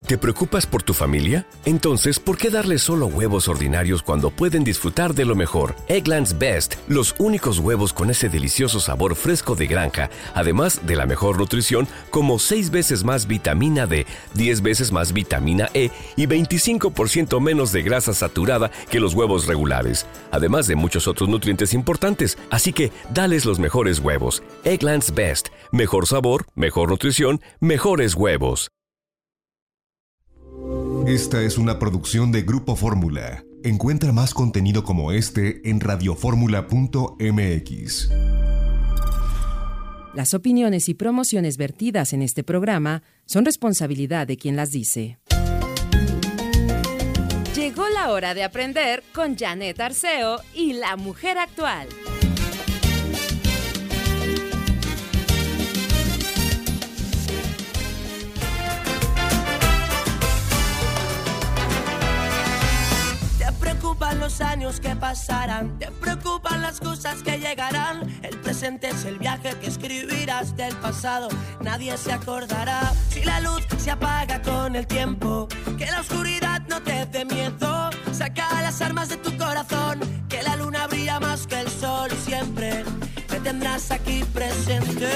¿Te preocupas por tu familia? Entonces, ¿por qué darles solo huevos ordinarios cuando pueden disfrutar de lo mejor? Eggland's Best, los únicos huevos con ese delicioso sabor fresco de granja, además de la mejor nutrición, como 6 veces más vitamina D, 10 veces más vitamina E y 25% menos de grasa saturada que los huevos regulares, además de muchos otros nutrientes importantes. Así que, dales los mejores huevos. Eggland's Best, mejor sabor, mejor nutrición, mejores huevos. Esta es una producción de Grupo Fórmula. Encuentra más contenido como este en radioformula.mx. Las opiniones y promociones vertidas en este programa son responsabilidad de quien las dice. Llegó la hora de aprender con Janet Arceo y la mujer actual. Te preocupan los años que pasarán, te preocupan las cosas que llegarán. El presente es el viaje que escribirás del pasado. Nadie se acordará si la luz se apaga con el tiempo. Que la oscuridad no te dé miedo. Saca las armas de tu corazón, que la luna brilla más que el sol. Siempre me tendrás aquí presente.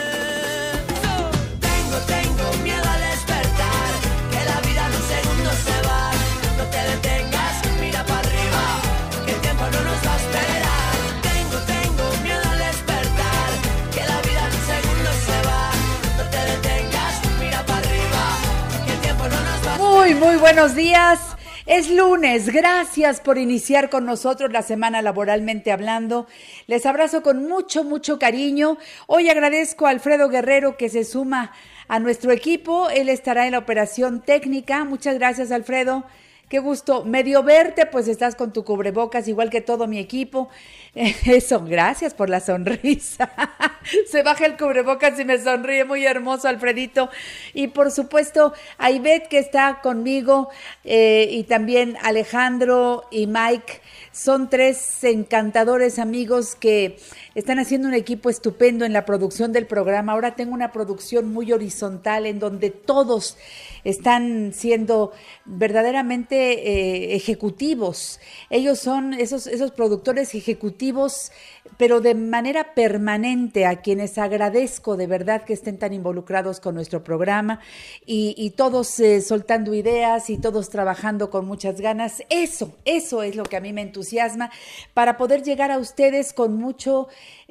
Tengo miedo al despertar, que la vida en un segundo se va. No te detengas, mira para arriba, que el tiempo no nos va a esperar. Tengo miedo al despertar, que la vida en un segundo se va. No te detengas, mira para arriba, que el tiempo no nos va a esperar. Muy buenos días. Es lunes, gracias por iniciar con nosotros la semana laboralmente hablando. Les abrazo con mucho cariño. Hoy agradezco a Alfredo Guerrero que se suma a nuestro equipo. Él estará en la operación técnica. Muchas gracias, Alfredo. Qué gusto medio verte, pues estás con tu cubrebocas igual que todo mi equipo. Eso, gracias por la sonrisa. Se baja el cubrebocas y me sonríe, muy hermoso, Alfredito. Y por supuesto a Ivette, que está conmigo, y también Alejandro y Mike. Son 3 encantadores amigos que están haciendo un equipo estupendo en la producción del programa. Ahora tengo una producción muy horizontal en donde todos están siendo verdaderamente ejecutivos. Ellos son esos productores ejecutivos, pero de manera permanente, a quienes agradezco de verdad que estén tan involucrados con nuestro programa y todos soltando ideas y todos trabajando con muchas ganas. Eso es lo que a mí me entusiasma para poder llegar a ustedes con mucho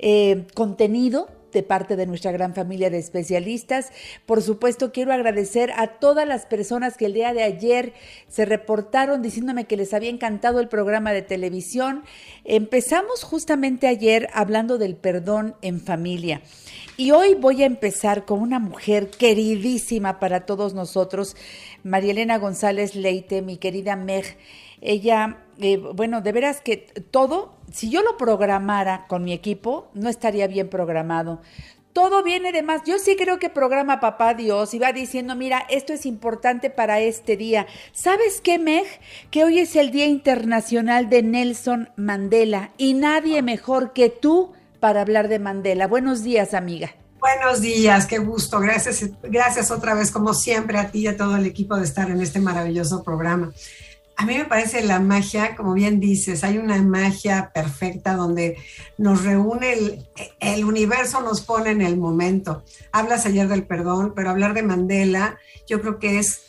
contenido de parte de nuestra gran familia de especialistas. Por supuesto, quiero agradecer a todas las personas que el día de ayer se reportaron diciéndome que les había encantado el programa de televisión. Empezamos justamente ayer hablando del perdón en familia. Y hoy voy a empezar con una mujer queridísima para todos nosotros, María Elena González Leite, mi querida Meg. Ella, de veras que todo, si yo lo programara con mi equipo, no estaría bien programado. Todo viene de más. Yo sí creo que programa Papá Dios y va diciendo, mira, esto es importante para este día. ¿Sabes qué, Meg? Que hoy es el Día Internacional de Nelson Mandela y nadie mejor que tú para hablar de Mandela. Buenos días, amiga. Buenos días, qué gusto. Gracias otra vez, como siempre, a ti y a todo el equipo de estar en este maravilloso programa. A mí me parece la magia, como bien dices, hay una magia perfecta donde nos reúne el universo, nos pone en el momento. Hablas ayer del perdón, pero hablar de Mandela yo creo que es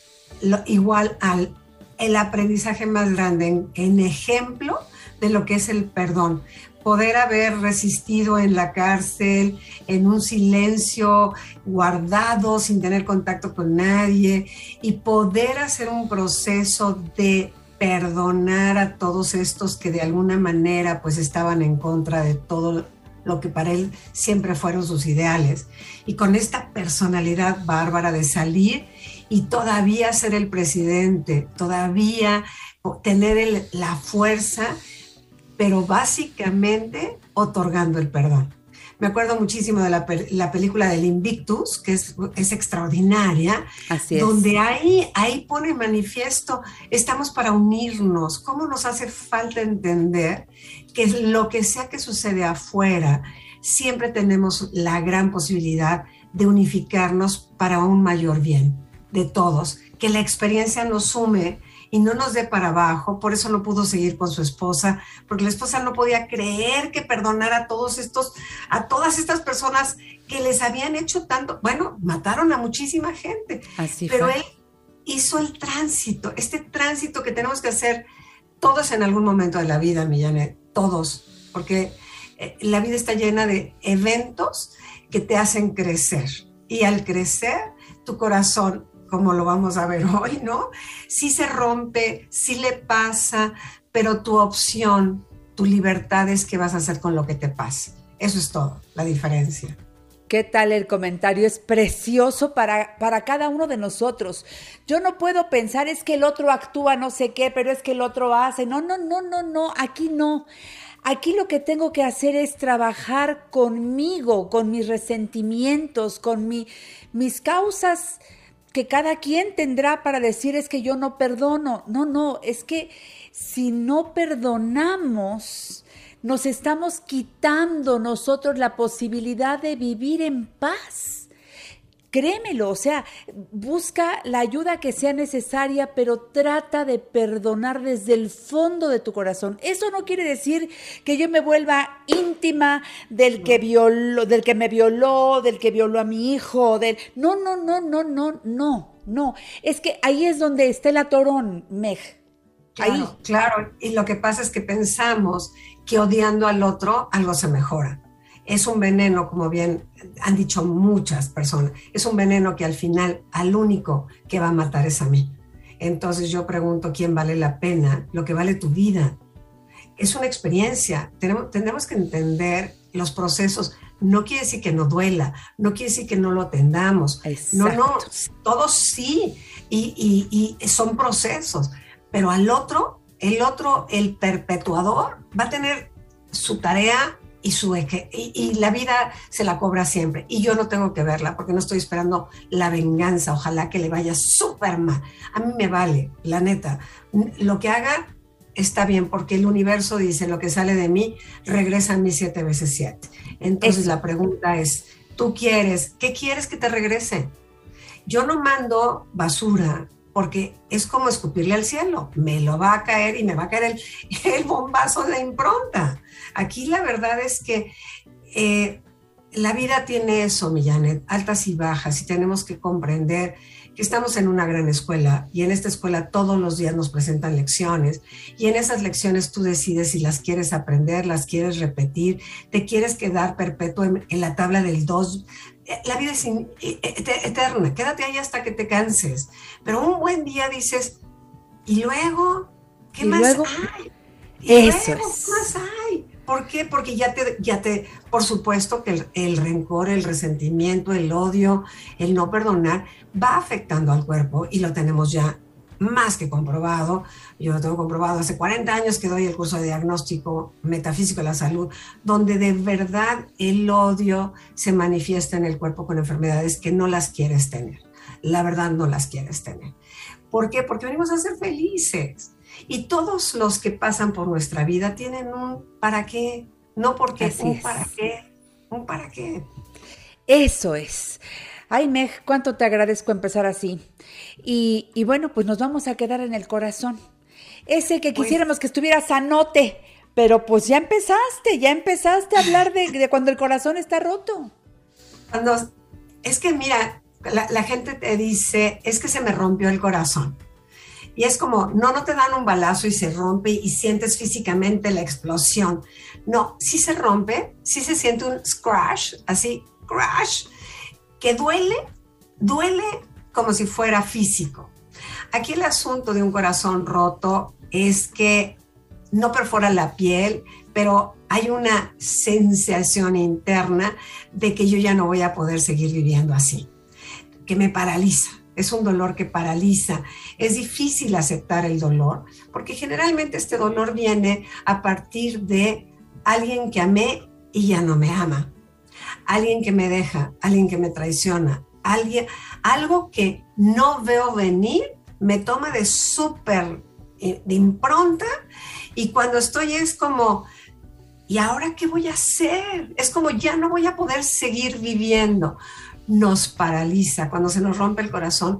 igual al el aprendizaje más grande en ejemplo de lo que es el perdón. Poder haber resistido en la cárcel, en un silencio guardado, sin tener contacto con nadie, y poder hacer un proceso de perdonar a todos estos que de alguna manera pues estaban en contra de todo lo que para él siempre fueron sus ideales. Y con esta personalidad bárbara de salir y todavía ser el presidente, todavía tener la fuerza, pero básicamente otorgando el perdón. Me acuerdo muchísimo de la película del Invictus, que es extraordinaria. Así es. Donde ahí pone manifiesto, estamos para unirnos. ¿Cómo nos hace falta entender que lo que sea que sucede afuera, siempre tenemos la gran posibilidad de unificarnos para un mayor bien? de todos, que la experiencia nos sume y no nos dé para abajo. Por eso no pudo seguir con su esposa, porque la esposa no podía creer que perdonara a todas estas personas que les habían hecho tanto. Bueno, mataron a muchísima gente. Así pero fue. Él hizo el tránsito, este tránsito que tenemos que hacer todos en algún momento de la vida, Millane, todos, porque la vida está llena de eventos que te hacen crecer. Y al crecer, tu corazón, como lo vamos a ver hoy, ¿no? Sí se rompe, sí le pasa, pero tu opción, tu libertad es qué vas a hacer con lo que te pase. Eso es todo, la diferencia. ¿Qué tal el comentario? Es precioso para cada uno de nosotros. Yo no puedo pensar, es que el otro actúa no sé qué, pero es que el otro hace. No, aquí no. Aquí lo que tengo que hacer es trabajar conmigo, con mis resentimientos, con mis causas que cada quien tendrá para decir es que yo no perdono. No, es que si no perdonamos, nos estamos quitando nosotros la posibilidad de vivir en paz. Créemelo, o sea, busca la ayuda que sea necesaria, pero trata de perdonar desde el fondo de tu corazón. Eso no quiere decir que yo me vuelva íntima del que me violó, del que violó a mi hijo, No. Es que ahí es donde está el atorón, Meg. Ahí. Claro. Y lo que pasa es que pensamos que odiando al otro algo se mejora. Es un veneno, como bien han dicho muchas personas, es un veneno que al final al único que va a matar es a mí. Entonces yo pregunto, ¿quién vale la pena? Lo que vale tu vida. Es una experiencia. Tenemos que entender los procesos. No quiere decir que no duela, no quiere decir que no lo atendamos. Exacto. No, todos sí, y son procesos. Pero el perpetuador, va a tener su tarea y la vida se la cobra siempre. Y yo no tengo que verla porque no estoy esperando la venganza. Ojalá que le vaya súper mal. A mí me vale, la neta. Lo que haga está bien porque el universo dice, lo que sale de mí regresa a mí 7 veces 7. Entonces la pregunta es, ¿qué quieres que te regrese? Yo no mando basura porque es como escupirle al cielo. Me lo va a caer y me va a caer el bombazo de impronta. Aquí la verdad es que la vida tiene eso, Millane, altas y bajas, y tenemos que comprender que estamos en una gran escuela, y en esta escuela todos los días nos presentan lecciones, y en esas lecciones tú decides si las quieres aprender, las quieres repetir, te quieres quedar perpetuo en la tabla del 2. La vida es eterna, quédate ahí hasta que te canses, pero un buen día dices, ¿y luego? ¿Qué más hay? Eso es. ¿Qué más hay? ¿Por qué? Porque ya te, por supuesto que el rencor, el resentimiento, el odio, el no perdonar va afectando al cuerpo, y lo tenemos ya más que comprobado. Yo lo tengo comprobado hace 40 años que doy el curso de diagnóstico metafísico de la salud, donde de verdad el odio se manifiesta en el cuerpo con enfermedades que no las quieres tener. La verdad no las quieres tener. ¿Por qué? Porque venimos a ser felices. Y todos los que pasan por nuestra vida tienen un para qué, no porque Así un es. para qué. Eso es. Ay, Meg, cuánto te agradezco empezar así. Y bueno, pues nos vamos a quedar en el corazón. Ese que quisiéramos que estuviera sanote, pero pues ya empezaste a hablar de cuando el corazón está roto. Es que mira, la gente te dice, es que se me rompió el corazón. Y es como, no te dan un balazo y se rompe y sientes físicamente la explosión. No, sí se rompe, sí se siente un scratch, así, crash, que duele como si fuera físico. Aquí el asunto de un corazón roto es que no perfora la piel, pero hay una sensación interna de que yo ya no voy a poder seguir viviendo así, que me paraliza. Es un dolor que paraliza. Es difícil aceptar el dolor, porque generalmente este dolor viene a partir de alguien que amé y ya no me ama. Alguien que me deja, alguien que me traiciona, algo que no veo venir, me toma de súper de impronta, y cuando estoy es como, ¿y ahora qué voy a hacer? Es como ya no voy a poder seguir viviendo. Nos paraliza. Cuando se nos rompe el corazón,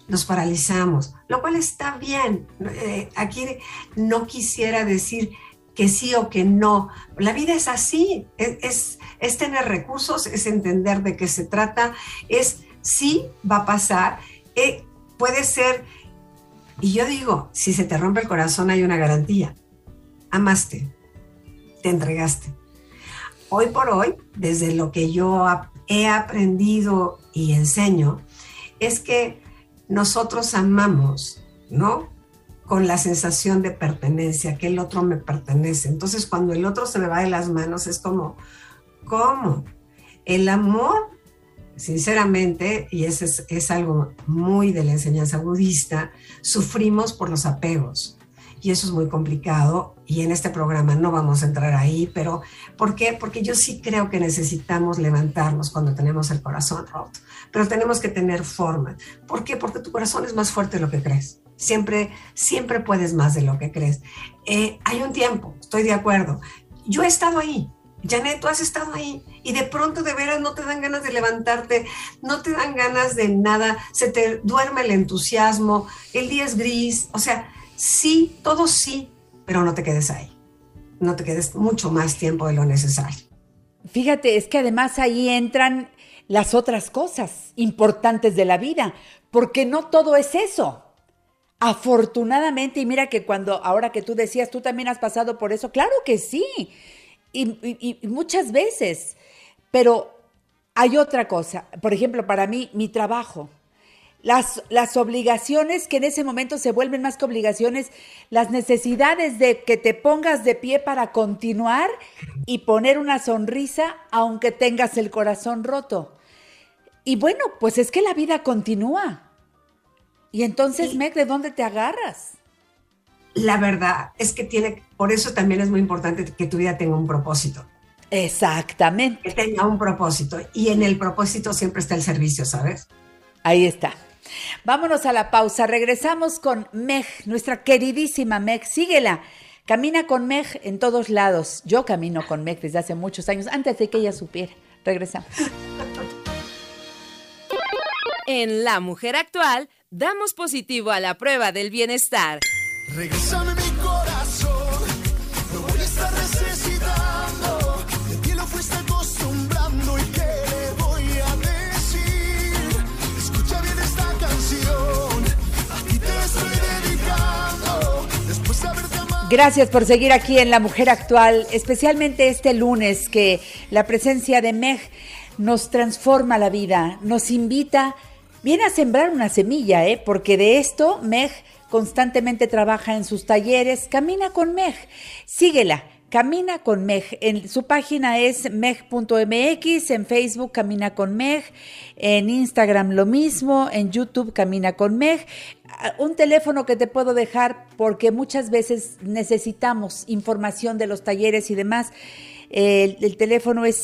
nos paralizamos, lo cual está bien. Aquí no quisiera decir que sí o que no. La vida es así, es tener recursos, es entender de qué se trata, es sí va a pasar, puede ser, y yo digo, si se te rompe el corazón hay una garantía. Amaste, te entregaste. Hoy por hoy, desde lo que yo he aprendido y enseño, es que nosotros amamos, ¿no? Con la sensación de pertenencia, que el otro me pertenece. Entonces, cuando el otro se me va de las manos, es como, ¿cómo? El amor, sinceramente, y eso es algo muy de la enseñanza budista, sufrimos por los apegos. Y eso es muy complicado, y en este programa no vamos a entrar ahí, pero ¿por qué? Porque yo sí creo que necesitamos levantarnos cuando tenemos el corazón roto, pero tenemos que tener forma. ¿Por qué? Porque tu corazón es más fuerte de lo que crees. Siempre puedes más de lo que crees. Hay un tiempo, estoy de acuerdo. Yo he estado ahí. Janet, tú has estado ahí y de pronto de veras no te dan ganas de levantarte, no te dan ganas de nada, se te duerme el entusiasmo, el día es gris, o sea, sí, todo sí, pero no te quedes ahí, no te quedes mucho más tiempo de lo necesario. Fíjate, es que además ahí entran las otras cosas importantes de la vida, porque no todo es eso. Afortunadamente, y mira que ahora que tú decías, tú también has pasado por eso, claro que sí, y muchas veces, pero hay otra cosa, por ejemplo, para mí, mi trabajo, las obligaciones que en ese momento se vuelven más que obligaciones, las necesidades de que te pongas de pie para continuar y poner una sonrisa aunque tengas el corazón roto. Y bueno, pues es que la vida continúa. Y entonces, Meg, ¿de dónde te agarras? La verdad es que por eso también es muy importante que tu vida tenga un propósito. Exactamente. Que tenga un propósito. Y en el propósito siempre está el servicio, ¿sabes? Ahí está. Vámonos a la pausa. Regresamos con Meg, nuestra queridísima Meg. Síguela. Camina con Meg en todos lados. Yo camino con Meg desde hace muchos años, antes de que ella supiera. Regresamos. En La Mujer Actual, damos positivo a la prueba del bienestar. Regrésame mi corazón, lo voy a estar necesitando. De ti lo fuiste acostumbrando y qué le voy a decir. Escucha bien esta canción, a ti te estoy dedicando. Después de haberte amado. Gracias por seguir aquí en La Mujer Actual, especialmente este lunes que la presencia de Meg nos transforma la vida, nos invita. Viene a sembrar una semilla, porque de esto Meg constantemente trabaja en sus talleres. Camina con Meg, síguela, Camina con Meg. Su página es meg.mx, en Facebook Camina con Meg, en Instagram lo mismo, en YouTube Camina con Meg. Un teléfono que te puedo dejar porque muchas veces necesitamos información de los talleres y demás. El teléfono es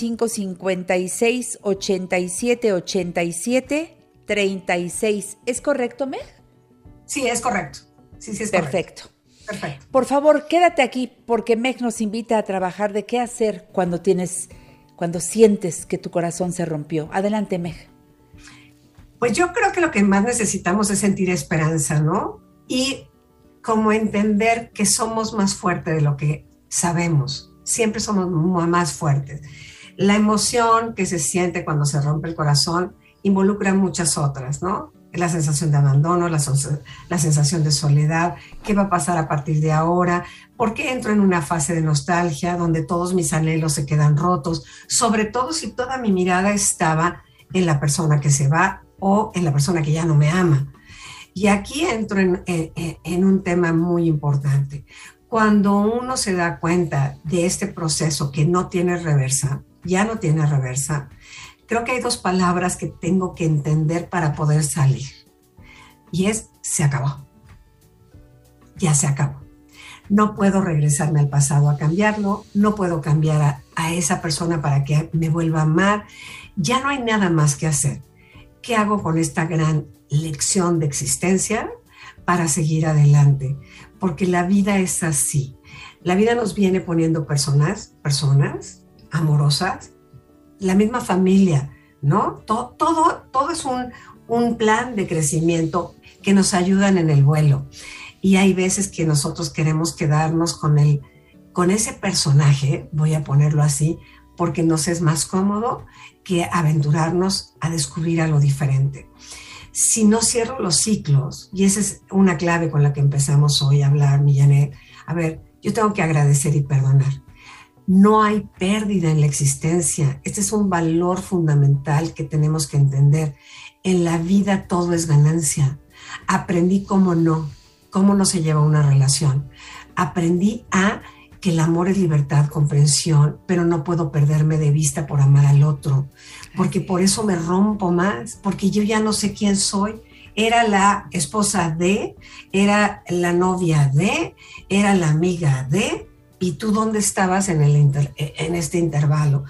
5556 87 87 36. ¿Es correcto, Meg? Sí, es correcto. Sí, es perfecto. Correcto. Perfecto. Por favor, quédate aquí porque Meg nos invita a trabajar de qué hacer cuando sientes que tu corazón se rompió. Adelante, Meg. Pues yo creo que lo que más necesitamos es sentir esperanza, ¿no? Y como entender que somos más fuertes de lo que sabemos. Siempre somos más fuertes. La emoción que se siente cuando se rompe el corazón involucra muchas otras, ¿no? La sensación de abandono, la sensación de soledad, ¿qué va a pasar a partir de ahora? ¿Por qué entro en una fase de nostalgia donde todos mis anhelos se quedan rotos? Sobre todo si toda mi mirada estaba en la persona que se va o en la persona que ya no me ama. Y aquí entro en un tema muy importante. Cuando uno se da cuenta de este proceso que no tiene reversa, ya no tiene reversa, creo que hay dos palabras que tengo que entender para poder salir. Y se acabó. Ya se acabó. No puedo regresarme al pasado a cambiarlo, no puedo cambiar a esa persona para que me vuelva a amar. Ya no hay nada más que hacer. ¿Qué hago con esta gran lección de existencia para seguir adelante? Porque la vida es así. La vida nos viene poniendo personas amorosas, la misma familia, ¿no? Todo es un plan de crecimiento que nos ayudan en el vuelo. Y hay veces que nosotros queremos quedarnos con ese personaje, voy a ponerlo así, porque nos es más cómodo que aventurarnos a descubrir algo diferente. Si no cierro los ciclos, y esa es una clave con la que empezamos hoy a hablar, Millanet, a ver, yo tengo que agradecer y perdonar. No hay pérdida en la existencia. Este es un valor fundamental que tenemos que entender. En la vida todo es ganancia. Aprendí cómo no se lleva una relación. Aprendí que el amor es libertad, comprensión, pero no puedo perderme de vista por amar al otro, porque por eso me rompo más, porque yo ya no sé quién soy. Era la esposa de, era la novia de, era la amiga de, ¿y tú dónde estabas en este intervalo?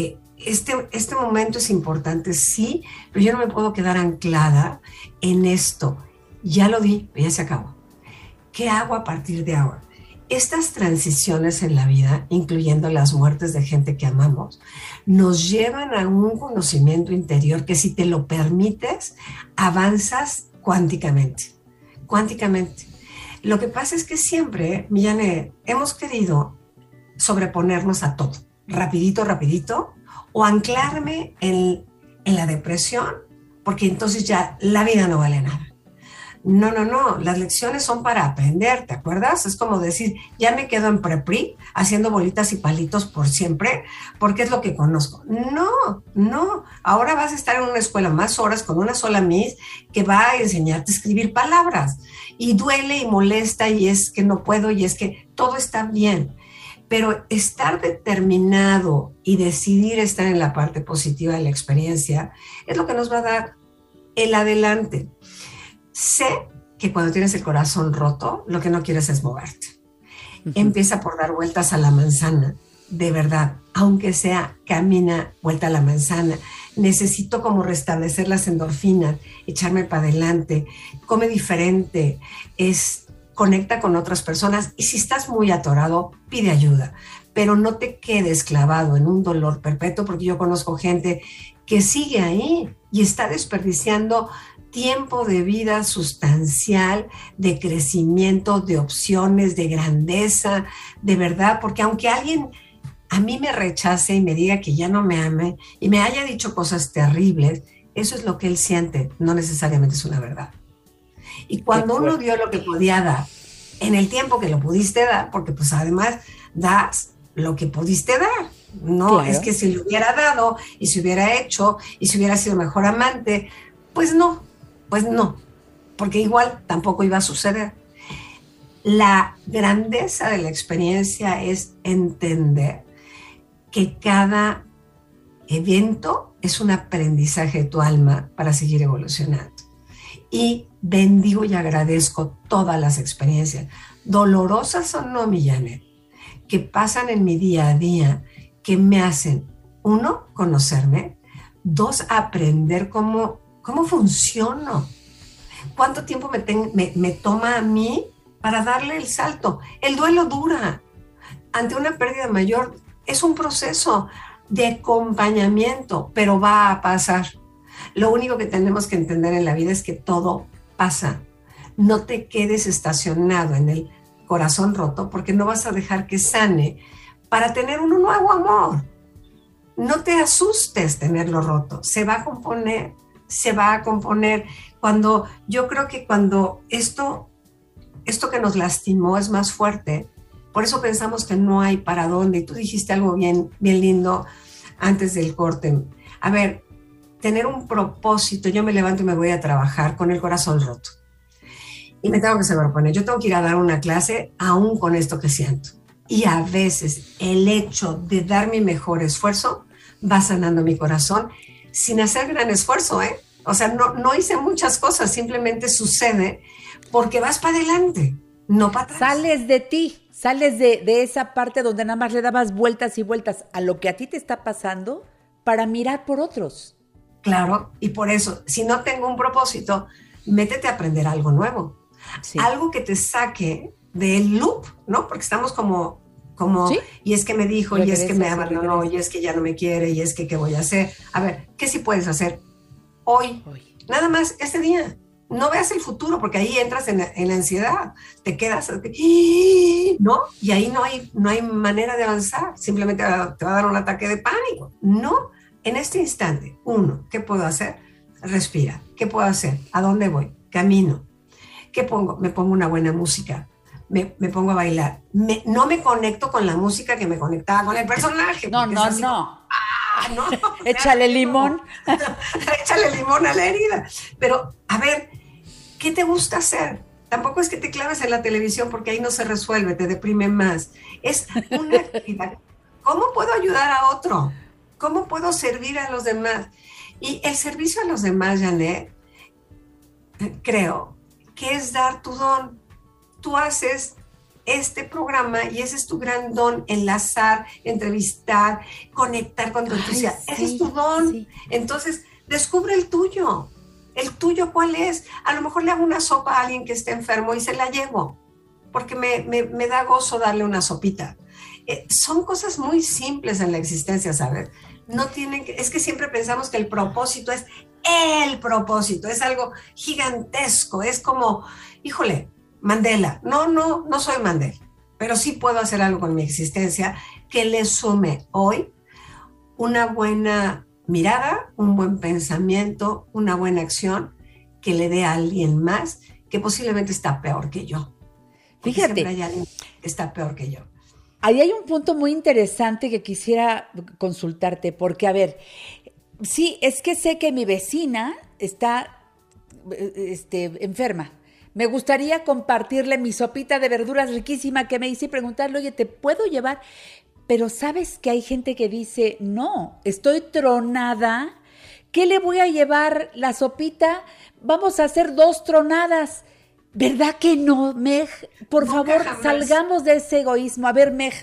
Este momento es importante, sí, pero yo no me puedo quedar anclada en esto. Ya lo di, ya se acabó. ¿Qué hago a partir de ahora? Estas transiciones en la vida, incluyendo las muertes de gente que amamos, nos llevan a un conocimiento interior que, si te lo permites, avanzas cuánticamente. Cuánticamente. Lo que pasa es que siempre, Millanet, hemos querido sobreponernos a todo, rapidito, o anclarme en la depresión, porque entonces ya la vida no vale nada. No, las lecciones son para aprender, ¿te acuerdas? Es como decir, ya me quedo en prepri haciendo bolitas y palitos por siempre, porque es lo que conozco. No, ahora vas a estar en una escuela más horas con una sola miss que va a enseñarte a escribir palabras, y duele y molesta, y es que no puedo, y es que todo está bien, pero estar determinado y decidir estar en la parte positiva de la experiencia es lo que nos va a dar el adelante. Sé que cuando tienes el corazón roto, lo que no quieres es moverte. Empieza por dar vueltas a la manzana, de verdad, aunque sea camina vuelta a la manzana. Necesito como restablecer las endorfinas, echarme para adelante, come diferente, conecta con otras personas, y si estás muy atorado, pide ayuda, pero no te quedes clavado en un dolor perpetuo, porque yo conozco gente que sigue ahí y está desperdiciando tiempo de vida sustancial, de crecimiento, de opciones, de grandeza, de verdad, porque aunque alguien a mí me rechace y me diga que ya no me ame y me haya dicho cosas terribles, eso es lo que él siente, no necesariamente es una verdad. Y cuando uno dio lo que podía dar, en el tiempo que lo pudiste dar, porque pues además das lo que pudiste dar, no claro. Es que si lo hubiera dado y se hubiera hecho y si hubiera sido mejor amante, pues no, porque igual tampoco iba a suceder. La grandeza de la experiencia es entender que cada evento es un aprendizaje de tu alma para seguir evolucionando. Y bendigo y agradezco todas las experiencias, dolorosas o no, Millanet, que pasan en mi día a día, que me hacen, 1, conocerme, 2, aprender cómo funciono. ¿Cuánto tiempo me toma a mí para darle el salto? El duelo dura. Ante una pérdida mayor es un proceso de acompañamiento, pero va a pasar. Lo único que tenemos que entender en la vida es que todo pasa. No te quedes estacionado en el corazón roto, porque no vas a dejar que sane para tener un nuevo amor. No te asustes tenerlo roto. Se va a componer. Yo creo que cuando esto que nos lastimó es más fuerte, por eso pensamos que no hay para dónde. Y tú dijiste algo bien lindo antes del corte. A ver, tener un propósito. Yo me levanto y me voy a trabajar con el corazón roto. Y me tengo que sobreponer. Yo tengo que ir a dar una clase aún con esto que siento. Y a veces el hecho de dar mi mejor esfuerzo va sanando mi corazón sin hacer gran esfuerzo, ¿eh? O sea, no hice muchas cosas, simplemente sucede porque vas para adelante, no para atrás. Sales de ti, sales de esa parte donde nada más le dabas vueltas y vueltas a lo que a ti te está pasando para mirar por otros. Claro, y por eso, si no tengo un propósito, métete a aprender algo nuevo. Sí. Algo que te saque del loop, ¿no? Porque estamos como ¿sí? Y es que me dijo, y es que me abandonó, y es que ya no me quiere, y es que ¿qué voy a hacer? A ver, ¿qué sí puedes hacer hoy? nada más este día. No veas el futuro, porque ahí entras en la ansiedad, te quedas, ¿no? Y ahí no hay manera de avanzar, simplemente te va a dar un ataque de pánico. No, en este instante, ¿qué puedo hacer? Respira. ¿Qué puedo hacer? ¿A dónde voy? Camino. ¿Qué pongo? Me pongo una buena música, me pongo a bailar. No me conecto con la música que me conectaba con el personaje. No. No. Échale limón. Échale limón a la herida. Pero, a ver, ¿qué te gusta hacer? Tampoco es que te claves en la televisión porque ahí no se resuelve, te deprime más. Es una actividad. ¿Cómo puedo ayudar a otro? ¿Cómo puedo servir a los demás? Y el servicio a los demás, Janet, creo que es dar tu don. Tú haces este programa y ese es tu gran don, enlazar, entrevistar, conectar con tu entusiasmo. Ese es tu don. Sí. Entonces, descubre el tuyo. ¿El tuyo cuál es? A lo mejor le hago una sopa a alguien que esté enfermo y se la llevo, porque me da gozo darle una sopita. Son cosas muy simples en la existencia, ¿sabes? Es que siempre pensamos que el propósito es el propósito, es algo gigantesco, es como, híjole, Mandela. No soy Mandela, pero sí puedo hacer algo con mi existencia que le sume hoy una buena mirada, un buen pensamiento, una buena acción que le dé a alguien más que posiblemente está peor que yo. Fíjate, siempre hay alguien que está peor que yo. Ahí hay un punto muy interesante que quisiera consultarte, porque, a ver, sí, es que sé que mi vecina está enferma. Me gustaría compartirle mi sopita de verduras riquísima que me hice y preguntarle, oye, ¿te puedo llevar? Pero ¿sabes que hay gente que dice, no, estoy tronada, ¿qué le voy a llevar la sopita? Vamos a hacer 2 tronadas. ¿Verdad que no, Meg? Por favor, jamás. Salgamos de ese egoísmo. A ver, Meg.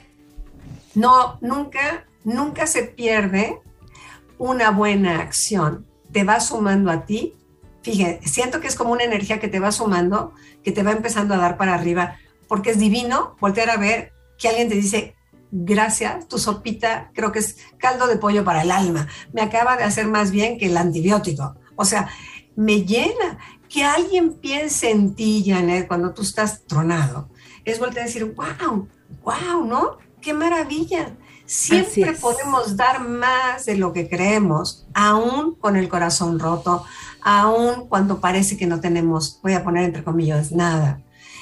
No, nunca se pierde una buena acción. Te va sumando a ti. Fíjate, siento que es como una energía que te va sumando, que te va empezando a dar para arriba, porque es divino voltear a ver que alguien te dice, gracias, tu sopita creo que es caldo de pollo para el alma. Me acaba de hacer más bien que el antibiótico. O sea, me llena. Que alguien piense en ti, Janet, cuando tú estás tronado, es voltear a decir, wow, ¿no? ¡Qué maravilla! Siempre podemos dar más de lo que creemos, aún con el corazón roto, aún cuando parece que no tenemos, voy a poner entre comillas, nada.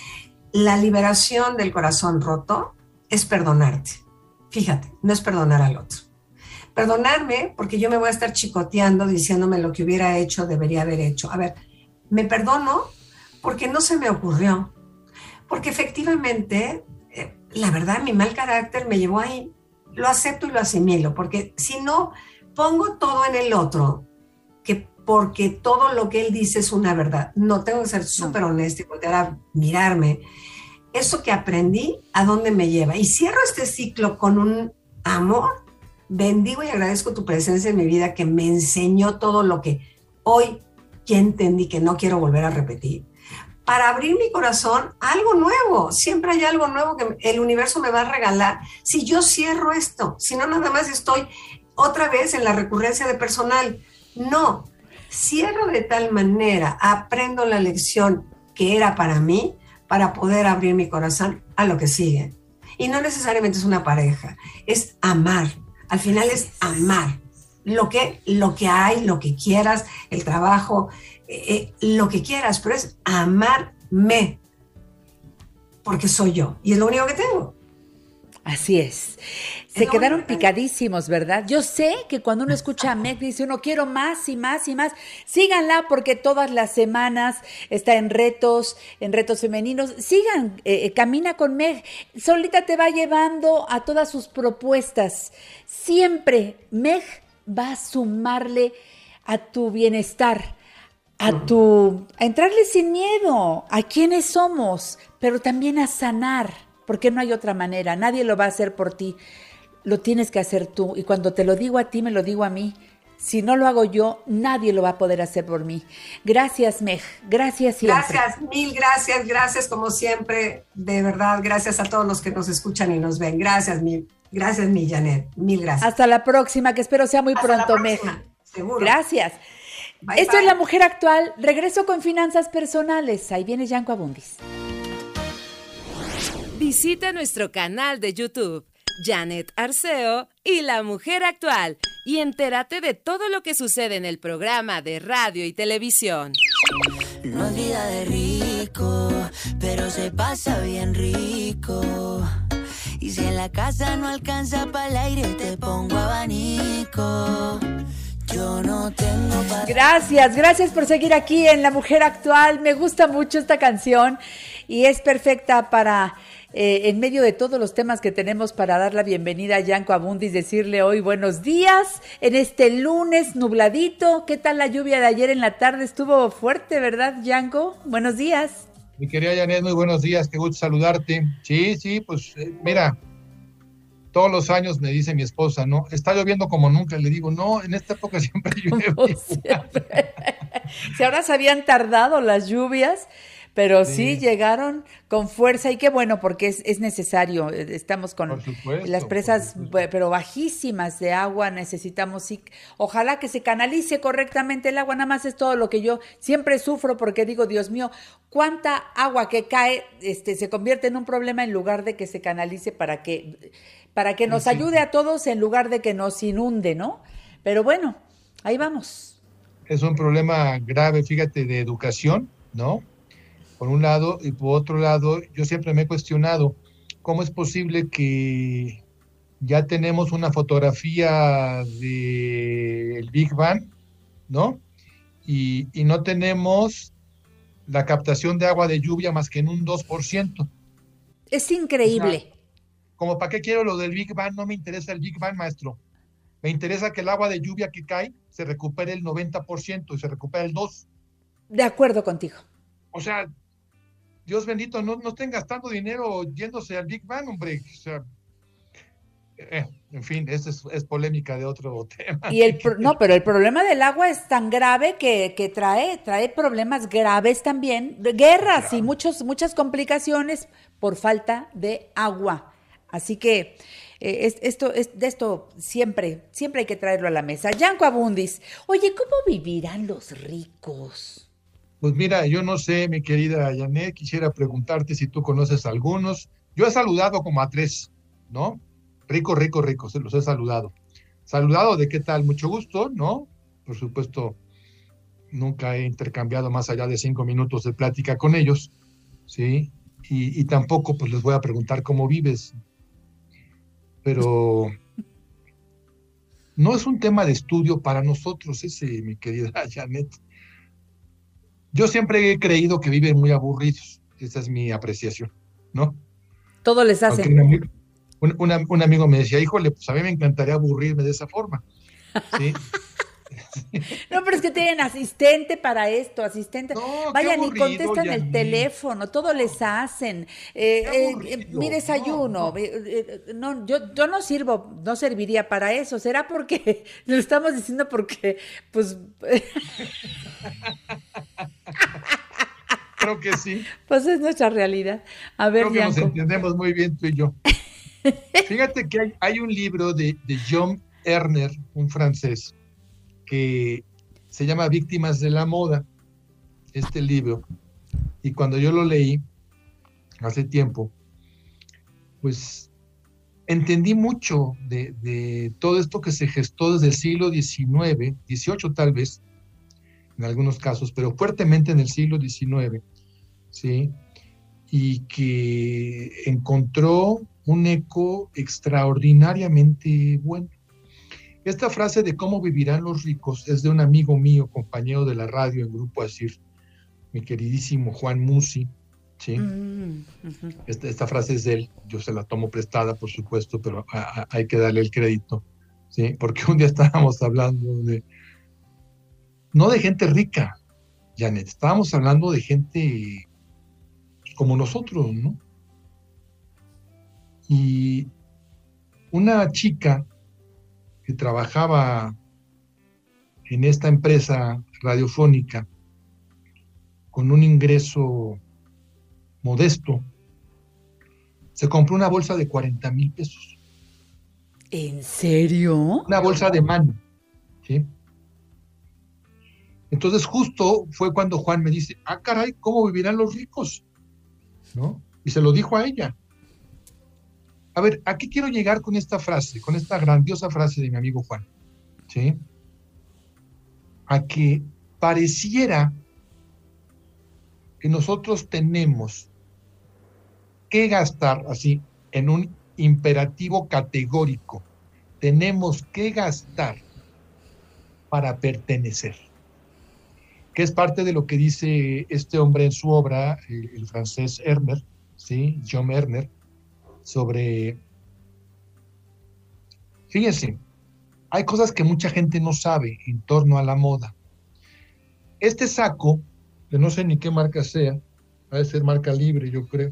La liberación del corazón roto es perdonarte. Fíjate, no es perdonar al otro. Perdonarme porque yo me voy a estar chicoteando diciéndome lo que hubiera hecho, debería haber hecho. A ver, me perdono porque no se me ocurrió, porque efectivamente, la verdad, mi mal carácter me llevó ahí. Lo acepto y lo asimilo, porque si no pongo todo en el otro, que porque todo lo que él dice es una verdad, no, tengo que ser súper honesta y volver a mirarme. Eso que aprendí, ¿a dónde me lleva? Y cierro este ciclo con un amor. Bendigo y agradezco tu presencia en mi vida, que me enseñó todo lo que hoy ya entendí que no quiero volver a repetir, para abrir mi corazón a algo nuevo. Siempre hay algo nuevo que el universo me va a regalar si yo cierro esto, si no nada más estoy otra vez en la recurrencia de personal. No, cierro de tal manera, aprendo la lección que era para mí, para poder abrir mi corazón a lo que sigue. Y no necesariamente es una pareja, es amar. Al final es amar. Lo que hay, lo que quieras, el trabajo, lo que quieras, pero es amarme, porque soy yo, y es lo único que tengo. Así es. Se quedaron picadísimos, ¿verdad? Yo sé que cuando uno escucha a Meg, dice uno, quiero más y más y más. Síganla, porque todas las semanas está en retos femeninos. Sigan, camina con Meg. Solita te va llevando a todas sus propuestas. Siempre Meg va a sumarle a tu bienestar, a entrarle sin miedo a quiénes somos, pero también a sanar, porque no hay otra manera. Nadie lo va a hacer por ti, lo tienes que hacer tú. Y cuando te lo digo a ti, me lo digo a mí. Si no lo hago yo, nadie lo va a poder hacer por mí. Gracias, Meg. Gracias siempre. Gracias, mil gracias como siempre. De verdad, gracias a todos los que nos escuchan y nos ven. Gracias, mi Janet. Mil gracias. Hasta la próxima, que espero sea muy pronto, Meg. Seguro. Gracias. Bye, Esto bye. es La Mujer Actual. Regreso con finanzas personales. Ahí viene Yanko Abundis. Visita nuestro canal de YouTube, Janet Arceo y La Mujer Actual, y entérate de todo lo que sucede en el programa de radio y televisión. No es vida de rico, pero se pasa bien rico. Y si en la casa no alcanza para el aire, te pongo abanico. Yo no tengo para... Gracias por seguir aquí en La Mujer Actual. Me gusta mucho esta canción y es perfecta para, en medio de todos los temas que tenemos, para dar la bienvenida a Yanko Abundis, decirle hoy buenos días en este lunes nubladito. ¿Qué tal la lluvia de ayer en la tarde? Estuvo fuerte, ¿verdad, Yanko? Buenos días. Mi querida Janet, muy buenos días, qué gusto saludarte. Sí, pues mira, todos los años me dice mi esposa, ¿no? Está lloviendo como nunca. Le digo, no, en esta época siempre llueve. Si ahora se habían tardado las lluvias, pero sí llegaron con fuerza y qué bueno, porque es necesario. Estamos con las presas, pero bajísimas de agua, necesitamos, sí, ojalá que se canalice correctamente el agua. Nada más es todo lo que yo siempre sufro, porque digo, Dios mío, cuánta agua que cae se convierte en un problema en lugar de que se canalice para que nos ayude a todos en lugar de que nos inunde, ¿no? Pero bueno, ahí vamos. Es un problema grave, fíjate, de educación, ¿no? Por un lado, y por otro lado, yo siempre me he cuestionado cómo es posible que ya tenemos una fotografía del Big Bang, ¿no? Y no tenemos la captación de agua de lluvia más que en un 2%. Es increíble. O sea, ¿como para qué quiero lo del Big Bang? No me interesa el Big Bang, maestro. Me interesa que el agua de lluvia que cae se recupere el 90% y se recupere el 2%. De acuerdo contigo. O sea, Dios bendito, no estén gastando dinero yéndose al Big Bang, hombre. O sea, en fin, esa es polémica de otro tema. Pero el problema del agua es tan grave que trae problemas graves también, guerras y muchas complicaciones por falta de agua. Así que de esto siempre hay que traerlo a la mesa. Yanko Abundis, oye, ¿cómo vivirán los ricos? Pues mira, yo no sé, mi querida Janet, quisiera preguntarte si tú conoces a algunos. Yo he saludado como a 3, ¿no? Rico, se los he saludado. Saludado de qué tal, mucho gusto, ¿no? Por supuesto, nunca he intercambiado más allá de 5 minutos de plática con ellos, ¿sí? Y tampoco pues les voy a preguntar cómo vives. Pero no es un tema de estudio para nosotros ese, mi querida Janet. Yo siempre he creído que viven muy aburridos. Esa es mi apreciación, ¿no? Todo les hace. Un amigo me decía, híjole, pues a mí me encantaría aburrirme de esa forma. ¿Sí? No, pero es que tienen asistente para esto, asistente. No, vayan aburrido, y contestan el teléfono, todo les hacen. Mi desayuno. No, yo no sirvo, no serviría para eso. ¿Será porque lo estamos diciendo porque, pues... Creo que sí. Pues es nuestra realidad. A ver, creo que Yanko. nos entendemos muy bien tú y yo. Fíjate que hay un libro de John Erner, un francés, que se llama Víctimas de la Moda, este libro. Y cuando yo lo leí hace tiempo, pues entendí mucho de todo esto que se gestó desde el siglo XIX, XVIII tal vez, en algunos casos, pero fuertemente en el siglo XIX, ¿sí? Y que encontró un eco extraordinariamente bueno. Esta frase de cómo vivirán los ricos es de un amigo mío, compañero de la radio en Grupo Asir, mi queridísimo Juan Musi, ¿sí? Esta frase es de él, yo se la tomo prestada, por supuesto, pero hay que darle el crédito, ¿sí? Porque un día estábamos hablando no de gente rica, Janet, estábamos hablando de gente como nosotros, ¿no? Y una chica que trabajaba en esta empresa radiofónica con un ingreso modesto, se compró una bolsa de 40,000 pesos. ¿En serio? Una bolsa de mano, ¿sí? Entonces justo fue cuando Juan me dice, caray, ¿cómo vivirán los ricos? ¿No? Y se lo dijo a ella. A ver, ¿a qué quiero llegar con esta frase, con esta grandiosa frase de mi amigo Juan? ¿Sí? A que pareciera que nosotros tenemos que gastar así en un imperativo categórico. Tenemos que gastar para pertenecer. Que es parte de lo que dice este hombre en su obra, el francés Erner, ¿sí? John Erner, sobre... Fíjense, hay cosas que mucha gente no sabe en torno a la moda. Este saco, que no sé ni qué marca sea, ha de ser marca Libre, yo creo.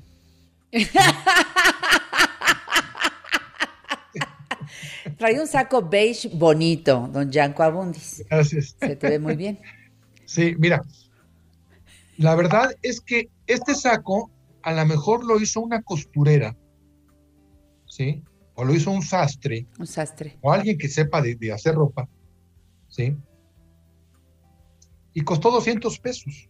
Trae un saco beige bonito, don Yanko Abundis. Gracias. Se te ve muy bien. Sí, mira, la verdad es que este saco a lo mejor lo hizo una costurera, ¿sí? O lo hizo un sastre. Un sastre. O alguien que sepa de hacer ropa, ¿sí? Y costó 200 pesos.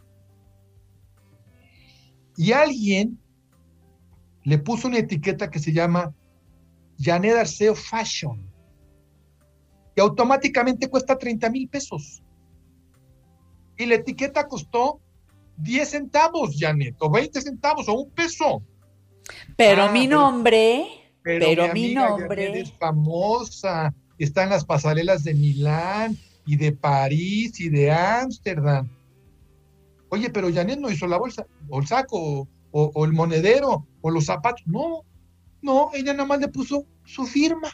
Y alguien le puso una etiqueta que se llama Janet Arceo Fashion. Y automáticamente cuesta 30,000 pesos. Y la etiqueta costó 10 centavos, Janet, o 20 centavos, o $1. Pero mi nombre... Pero mi nombre Janet es famosa, está en las pasarelas de Milán y de París y de Ámsterdam. Oye, pero Janet no hizo la bolsa, o el saco, o el monedero, o los zapatos. No, ella nada más le puso su firma.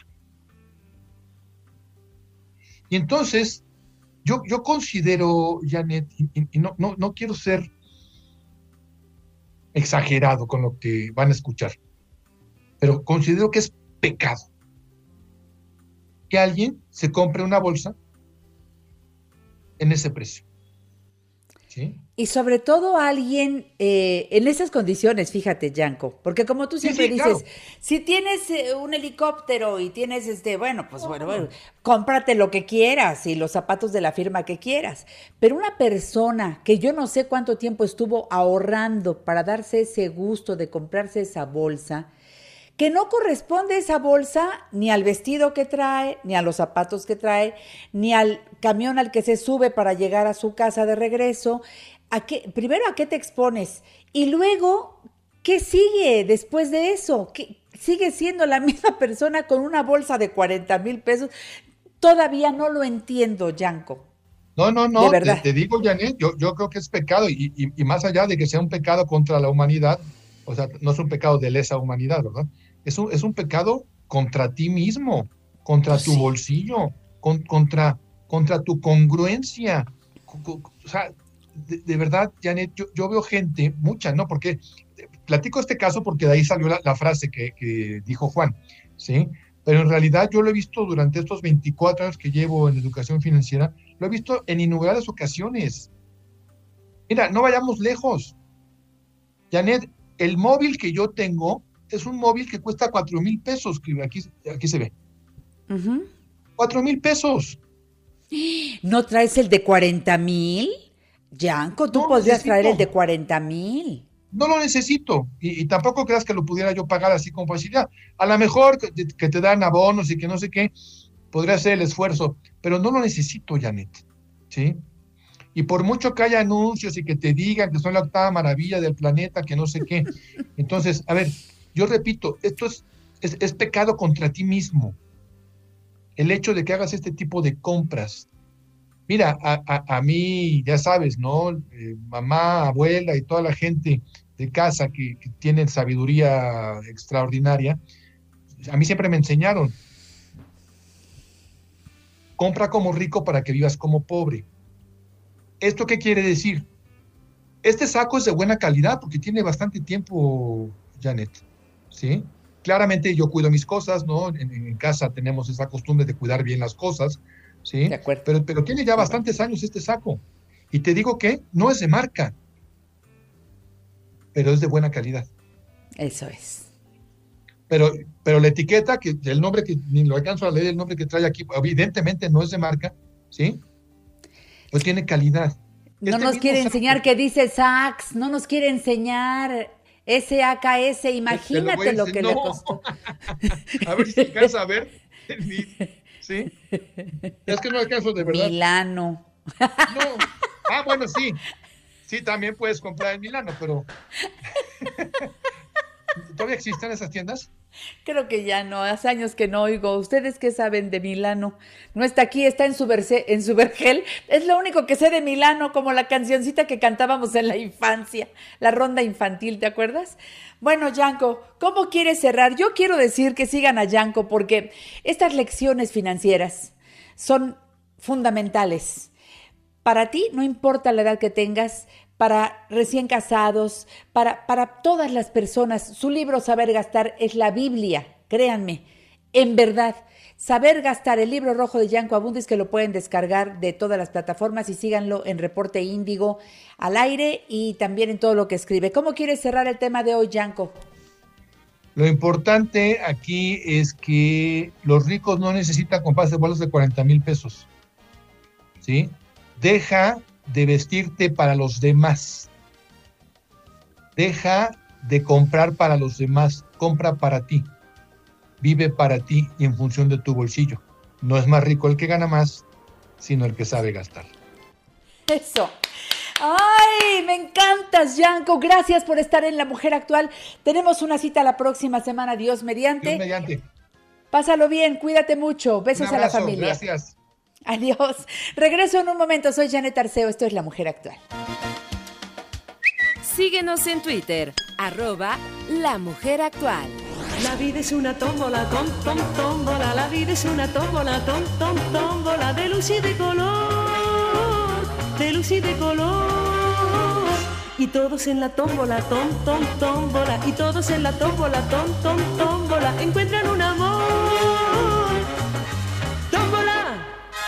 Y entonces, yo considero, Janet, y no quiero ser exagerado con lo que van a escuchar, pero considero que es pecado que alguien se compre una bolsa en ese precio. ¿Sí? Y sobre todo alguien en esas condiciones, fíjate, Yanko, porque como tú siempre dices, claro, si tienes un helicóptero y tienes bueno, cómprate lo que quieras y los zapatos de la firma que quieras, pero una persona que yo no sé cuánto tiempo estuvo ahorrando para darse ese gusto de comprarse esa bolsa, que no corresponde esa bolsa ni al vestido que trae, ni a los zapatos que trae, ni al camión al que se sube para llegar a su casa de regreso. Primero, ¿a qué te expones? Y luego, ¿qué sigue después de eso? ¿Sigue siendo la misma persona con una bolsa de 40,000 pesos? Todavía no lo entiendo, Yanko. No, de verdad. Te digo, Janet, yo creo que es pecado, y más allá de que sea un pecado contra la humanidad, o sea, no es un pecado de lesa humanidad, ¿verdad? Es un pecado contra ti mismo, contra tu bolsillo, contra tu congruencia. O sea, de verdad, Janet, yo veo gente, mucha, ¿no? Porque platico este caso porque de ahí salió la frase que dijo Juan, ¿sí? Pero en realidad yo lo he visto durante estos 24 años que llevo en educación financiera, lo he visto en innumerables ocasiones. Mira, no vayamos lejos. Janet, el móvil que yo tengo es un móvil que cuesta 4,000 pesos, que aquí se ve. 4,000 pesos. ¿No traes el de 40,000? Yanko, tú podrías traer el de 40,000. No lo necesito, y tampoco creas que lo pudiera yo pagar así con facilidad. A lo mejor que te dan abonos y que no sé qué, podría hacer el esfuerzo, pero no lo necesito, Janet, ¿sí? Y por mucho que haya anuncios y que te digan que son la octava maravilla del planeta, que no sé qué. Entonces, a ver, yo repito, esto es pecado contra ti mismo. El hecho de que hagas este tipo de compras. Mira, a mí, ya sabes, ¿no? Mamá, abuela y toda la gente de casa que tienen sabiduría extraordinaria, a mí siempre me enseñaron, compra como rico para que vivas como pobre. ¿Esto qué quiere decir? Este saco es de buena calidad porque tiene bastante tiempo, Janet, ¿sí? Claramente yo cuido mis cosas, ¿no? En casa tenemos esa costumbre de cuidar bien las cosas, ¿sí? De acuerdo. Pero tiene ya bastantes años este saco. Y te digo que no es de marca, pero es de buena calidad. Eso es. Pero la etiqueta, que el nombre que ni lo alcanzo a leer, el nombre que trae aquí, evidentemente no es de marca, ¿sí? Pues tiene calidad. No nos quiere enseñar que dice sax, no nos quiere enseñar SAKS, imagínate lo que le costó. A ver si se alcanza a ver. ¿Sí? Es que no alcanzo de verdad. Milano. No. Bueno, sí. Sí, también puedes comprar en Milano, pero... ¿Todavía existen esas tiendas? Creo que ya no, hace años que no oigo. ¿Ustedes qué saben de Milano? No está aquí, está en su vergel. Es lo único que sé de Milano, como la cancioncita que cantábamos en la infancia, la ronda infantil, ¿te acuerdas? Bueno, Yanko, ¿cómo quieres cerrar? Yo quiero decir que sigan a Yanko porque estas lecciones financieras son fundamentales. Para ti, no importa la edad que tengas, para recién casados, para todas las personas, su libro Saber Gastar es la Biblia, créanme, en verdad. Saber Gastar, el libro rojo de Yanko Abundis, que lo pueden descargar de todas las plataformas y síganlo en Reporte Índigo al aire y también en todo lo que escribe. ¿Cómo quieres cerrar el tema de hoy, Yanko? Lo importante aquí es que los ricos no necesitan comprarse bolos de 40,000 pesos, ¿sí? Deja de vestirte para los demás. Deja de comprar para los demás. Compra para ti. Vive para ti y en función de tu bolsillo. No es más rico el que gana más, sino el que sabe gastar. Eso. ¡Ay! Me encantas, Yanko. Gracias por estar en La Mujer Actual. Tenemos una cita la próxima semana, Dios mediante. Dios mediante. Pásalo bien, cuídate mucho. Besos a la familia. Gracias. Adiós. Regreso en un momento. Soy Janet Arceo. Esto es La Mujer Actual. Síguenos en Twitter, @LaMujerActual. La vida es una tómbola, tómbola. La vida es una tómbola, tómbola. De luz y de color, de luz y de color. Y todos en la tómbola, tómbola. Y todos en la tómbola, tómbola. Encuentran un amor. ¡Tómbola!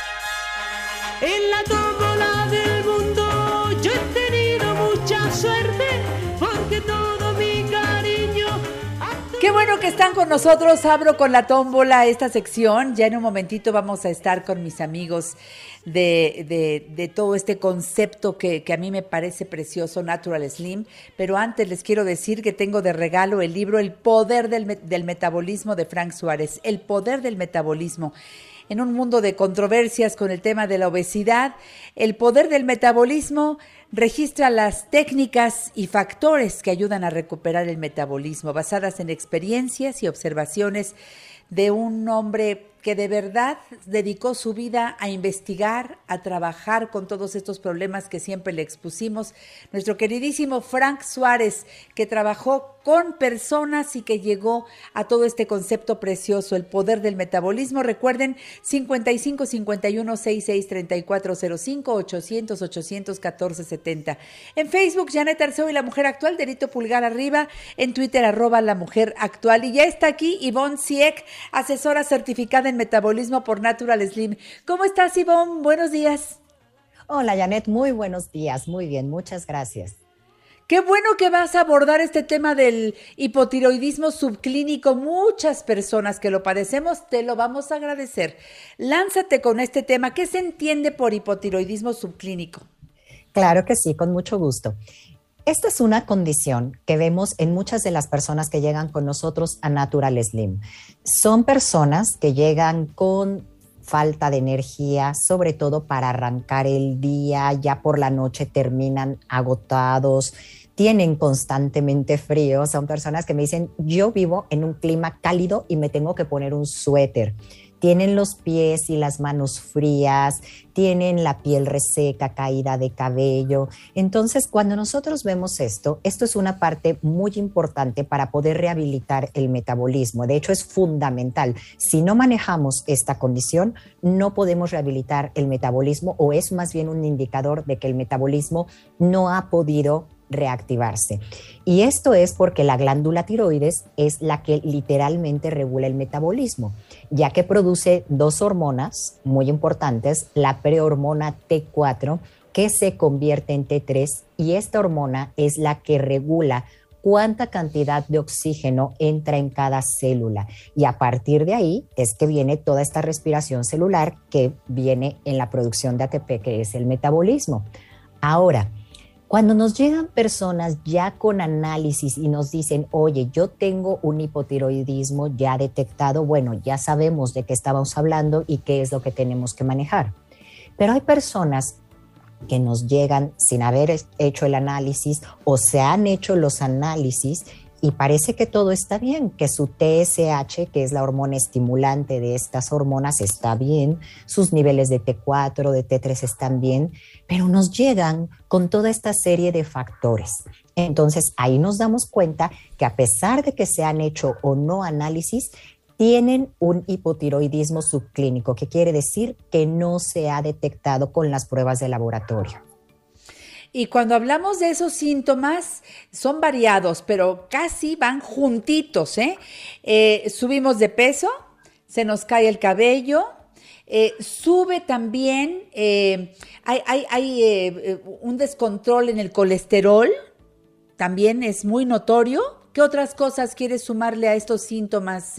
En la tómbola del mundo yo he tenido mucha suerte porque todo mi cariño... Qué bueno que están con nosotros. Abro con la tómbola esta sección. Ya en un momentito vamos a estar con mis amigos de todo este concepto que a mí me parece precioso, Natural Slim. Pero antes les quiero decir que tengo de regalo el libro El Poder del Metabolismo de Frank Suárez. El Poder del Metabolismo. En un mundo de controversias con el tema de la obesidad, El Poder del Metabolismo registra las técnicas y factores que ayudan a recuperar el metabolismo, basadas en experiencias y observaciones de un hombre que de verdad dedicó su vida a investigar, a trabajar con todos estos problemas que siempre le expusimos. Nuestro queridísimo Frank Suárez, que trabajó con personas y que llegó a todo este concepto precioso, El Poder del Metabolismo. Recuerden, 55 51 66 3405 800 800 1470. En Facebook, Janet Arceo y La Mujer Actual, dedito pulgar arriba. En Twitter, @LaMujerActual. Y ya está aquí Ivonne Sieck, asesora certificada en metabolismo por Natural Slim. ¿Cómo estás, Ivonne? Buenos días. Hola, Janet, muy buenos días. Muy bien, muchas gracias. Qué bueno que vas a abordar este tema del hipotiroidismo subclínico. Muchas personas que lo padecemos te lo vamos a agradecer. Lánzate con este tema. ¿Qué se entiende por hipotiroidismo subclínico? Claro que sí, con mucho gusto. Esta es una condición que vemos en muchas de las personas que llegan con nosotros a Natural Slim. Son personas que llegan con falta de energía, sobre todo para arrancar el día, ya por la noche terminan agotados, tienen constantemente frío. Son personas que me dicen, yo vivo en un clima cálido y me tengo que poner un suéter. Tienen los pies y las manos frías, tienen la piel reseca, caída de cabello. Entonces, cuando nosotros vemos esto es una parte muy importante para poder rehabilitar el metabolismo. De hecho, es fundamental. Si no manejamos esta condición, no podemos rehabilitar el metabolismo, o es más bien un indicador de que el metabolismo no ha podido reactivarse. Y esto es porque la glándula tiroides es la que literalmente regula el metabolismo, ya que produce dos hormonas muy importantes, la prehormona T4, que se convierte en T3, y esta hormona es la que regula cuánta cantidad de oxígeno entra en cada célula. Y a partir de ahí es que viene toda esta respiración celular que viene en la producción de ATP, que es el metabolismo. Ahora, cuando nos llegan personas ya con análisis y nos dicen, oye, yo tengo un hipotiroidismo ya detectado, bueno, ya sabemos de qué estábamos hablando y qué es lo que tenemos que manejar. Pero hay personas que nos llegan sin haber hecho el análisis o se han hecho los análisis y parece que todo está bien, que su TSH, que es la hormona estimulante de estas hormonas, está bien, sus niveles de T4, de T3 están bien, pero nos llegan con toda esta serie de factores. Entonces, ahí nos damos cuenta que a pesar de que se han hecho o no análisis, tienen un hipotiroidismo subclínico, que quiere decir que no se ha detectado con las pruebas de laboratorio. Y cuando hablamos de esos síntomas, son variados, pero casi van juntitos, ¿eh? Subimos de peso, se nos cae el cabello, sube también, hay un descontrol en el colesterol, también es muy notorio. ¿Qué otras cosas quieres sumarle a estos síntomas,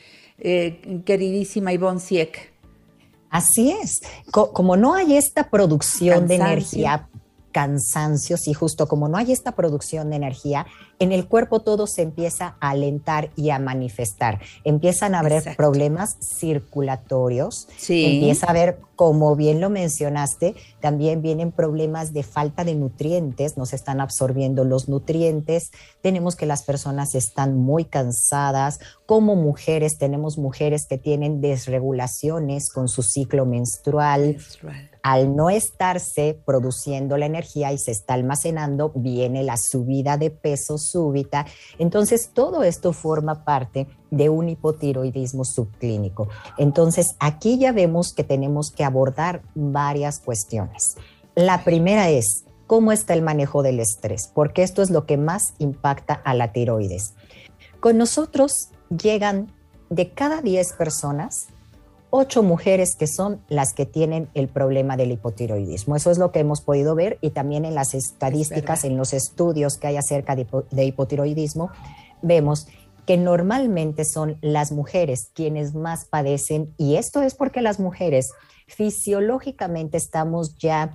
queridísima Ivonne Sieck? Así es, como no hay esta producción de energía, cansancio, sí, justo como no hay esta producción de energía, en el cuerpo todo se empieza a alentar y a manifestar. Empiezan a haber problemas circulatorios, empieza a haber, como bien lo mencionaste, también vienen problemas de falta de nutrientes, no se están absorbiendo los nutrientes, tenemos que las personas están muy cansadas, como mujeres, tenemos mujeres que tienen desregulaciones con su ciclo menstrual. Al no estarse produciendo la energía y se está almacenando, viene la subida de peso súbita. Entonces, todo esto forma parte de un hipotiroidismo subclínico. Entonces, aquí ya vemos que tenemos que abordar varias cuestiones. La primera es, ¿cómo está el manejo del estrés? Porque esto es lo que más impacta a la tiroides. Con nosotros llegan de cada 10 personas, 8 mujeres que son las que tienen el problema del hipotiroidismo. Eso es lo que hemos podido ver y también en las estadísticas, en los estudios que hay acerca de hipotiroidismo, vemos que normalmente son las mujeres quienes más padecen, y esto es porque las mujeres fisiológicamente estamos ya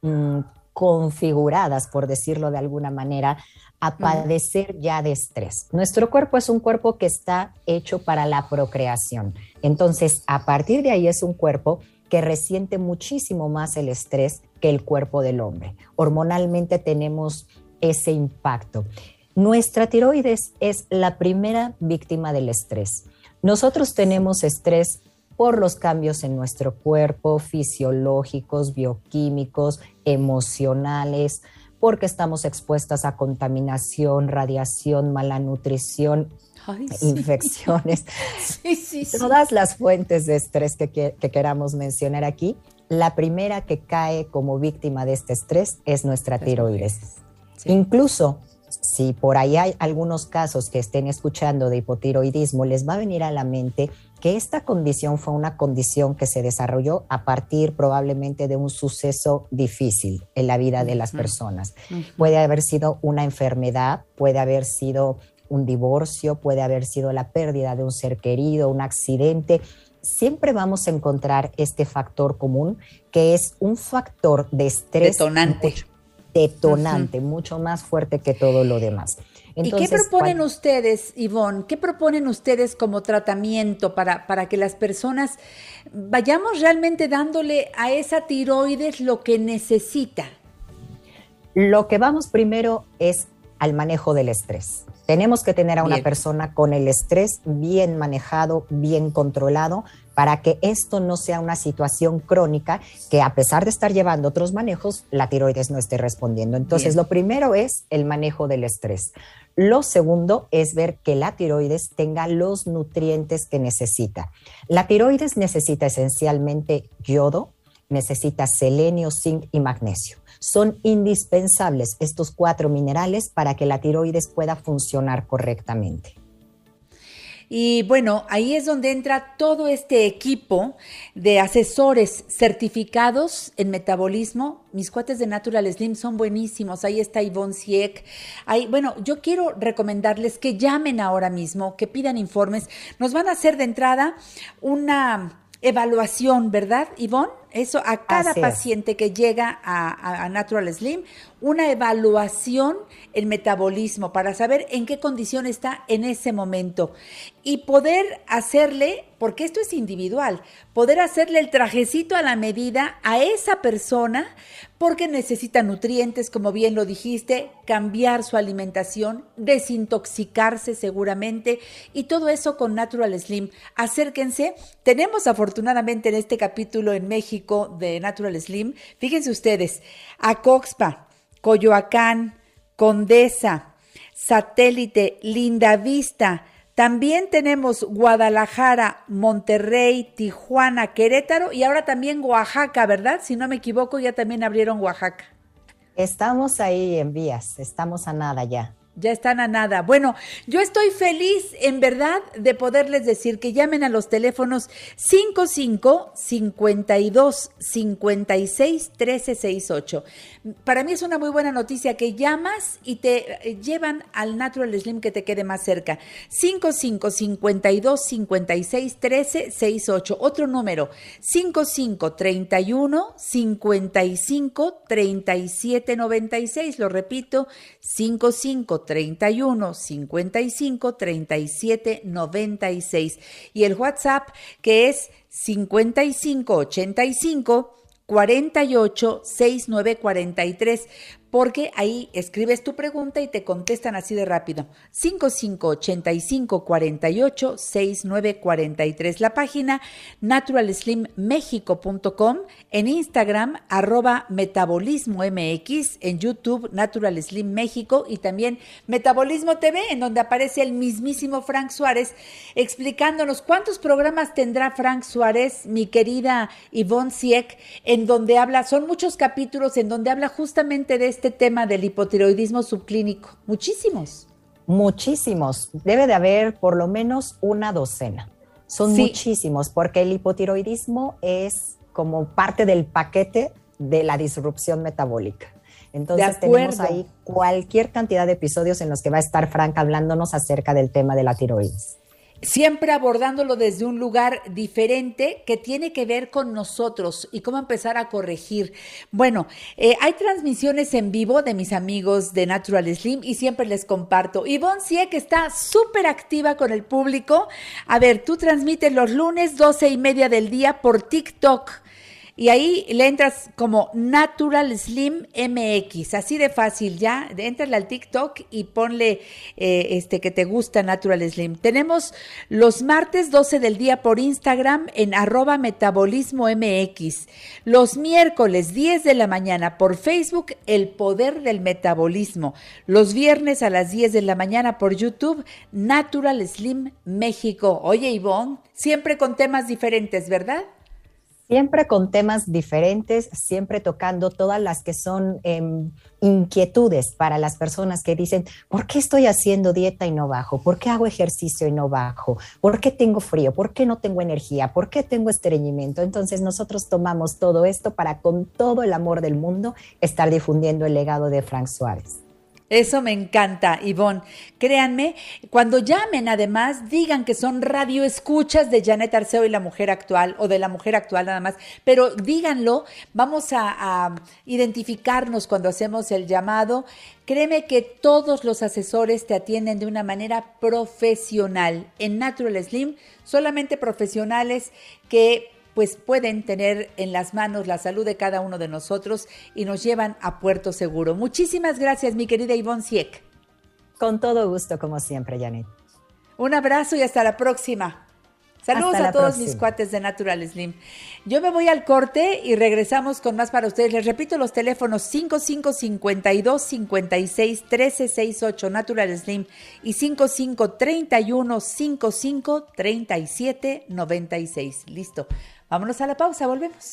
configuradas, por decirlo de alguna manera, a padecer ya de estrés. Nuestro cuerpo es un cuerpo que está hecho para la procreación. Entonces, a partir de ahí es un cuerpo que resiente muchísimo más el estrés que el cuerpo del hombre. Hormonalmente tenemos ese impacto. Nuestra tiroides es la primera víctima del estrés. Nosotros tenemos estrés por los cambios en nuestro cuerpo, fisiológicos, bioquímicos, emocionales, porque estamos expuestas a contaminación, radiación, mala nutrición, infecciones. Todas las fuentes de estrés que queramos mencionar aquí, la primera que cae como víctima de este estrés es nuestra tiroides. Incluso, si por ahí hay algunos casos que estén escuchando de hipotiroidismo, les va a venir a la mente que esta condición fue una condición que se desarrolló a partir probablemente de un suceso difícil en la vida de las personas. Puede haber sido una enfermedad, puede haber sido un divorcio, puede haber sido la pérdida de un ser querido, un accidente. Siempre vamos a encontrar este factor común, que es un factor de estrés detonante, mucho más fuerte que todo lo demás. Entonces, ¿y qué proponen ustedes, Ivonne? ¿Qué proponen ustedes como tratamiento para que las personas vayamos realmente dándole a esa tiroides lo que necesita? Lo que vamos primero es al manejo del estrés. Tenemos que tener a una persona con el estrés bien manejado, bien controlado, para que esto no sea una situación crónica que, a pesar de estar llevando otros manejos, la tiroides no esté respondiendo. Entonces, lo primero es el manejo del estrés. Lo segundo es ver que la tiroides tenga los nutrientes que necesita. La tiroides necesita esencialmente yodo, necesita selenio, zinc y magnesio. Son indispensables estos 4 minerales para que la tiroides pueda funcionar correctamente. Y bueno, ahí es donde entra todo este equipo de asesores certificados en metabolismo. Mis cuates de Natural Slim son buenísimos. Ahí está Ivonne Sieck. Bueno, yo quiero recomendarles que llamen ahora mismo, que pidan informes. Nos van a hacer de entrada una evaluación, ¿verdad, Ivonne? Eso a cada paciente que llega a Natural Slim, una evaluación en metabolismo para saber en qué condición está en ese momento y poder hacerle, porque esto es individual, poder hacerle el trajecito a la medida a esa persona porque necesita nutrientes, como bien lo dijiste, cambiar su alimentación, desintoxicarse seguramente y todo eso con Natural Slim. Acérquense. Tenemos afortunadamente en este capítulo en México de Natural Slim, fíjense ustedes, Acoxpa, Coyoacán, Condesa, Satélite, Lindavista. También tenemos Guadalajara, Monterrey, Tijuana, Querétaro y ahora también Oaxaca, ¿verdad? Si no me equivoco, ya también abrieron Oaxaca. Estamos ahí en vías, estamos a nada ya. Ya están a nada. Bueno, yo estoy feliz, en verdad, de poderles decir que llamen a los teléfonos 55-52-56-1368. Para mí es una muy buena noticia que llamas y te llevan al Natural Slim que te quede más cerca. 55-52-56-1368. Otro número, 55-31-55-3796. Lo repito, 55-31-55-3796. Y el WhatsApp que es 55-85-48-6943, porque ahí escribes tu pregunta y te contestan así de rápido. 55-85-48-6943. La página naturalslimmexico.com, en Instagram @metabolismomx, en YouTube Natural Slim México y también Metabolismo TV, en donde aparece el mismísimo Frank Suárez explicándonos cuántos programas tendrá Frank Suárez, mi querida Ivonne Sieck, en donde habla, son muchos capítulos en donde habla justamente de este tema del hipotiroidismo subclínico. Muchísimos. Muchísimos. Debe de haber por lo menos una docena. Son muchísimos, porque el hipotiroidismo es como parte del paquete de la disrupción metabólica. Entonces tenemos ahí cualquier cantidad de episodios en los que va a estar Frank hablándonos acerca del tema de la tiroides. Siempre abordándolo desde un lugar diferente que tiene que ver con nosotros y cómo empezar a corregir. Bueno, hay transmisiones en vivo de mis amigos de Natural Slim y siempre les comparto. Ivonne Sieck está súper activa con el público. A ver, tú transmites los lunes 12:30 del día por TikTok. Y ahí le entras como Natural Slim MX, así de fácil, ya, éntrale al TikTok y ponle que te gusta Natural Slim. Tenemos los martes 12 del día por Instagram en @metabolismomx. Los miércoles 10 de la mañana por Facebook, El Poder del Metabolismo. Los viernes a las 10 de la mañana por YouTube, Natural Slim México. Oye, Ivonne, siempre con temas diferentes, ¿verdad? Siempre con temas diferentes, siempre tocando todas las que son inquietudes para las personas que dicen, ¿por qué estoy haciendo dieta y no bajo? ¿Por qué hago ejercicio y no bajo? ¿Por qué tengo frío? ¿Por qué no tengo energía? ¿Por qué tengo estreñimiento? Entonces nosotros tomamos todo esto para, con todo el amor del mundo, estar difundiendo el legado de Frank Suárez. Eso me encanta, Ivonne. Créanme, cuando llamen además, digan que son radioescuchas de Janet Arceo y La Mujer Actual, o de La Mujer Actual nada más, pero díganlo, vamos a identificarnos cuando hacemos el llamado. Créeme que todos los asesores te atienden de una manera profesional. En Natural Slim, solamente profesionales que pues pueden tener en las manos la salud de cada uno de nosotros y nos llevan a puerto seguro. Muchísimas gracias, mi querida Ivonne Sieck. Con todo gusto, como siempre, Janet. Un abrazo y hasta la próxima. Saludos a todos mis cuates de Natural Slim. Yo me voy al corte y regresamos con más para ustedes. Les repito los teléfonos 55-52-56-1368 Natural Slim y 55-31-55-3796. Listo. Vámonos a la pausa, volvemos.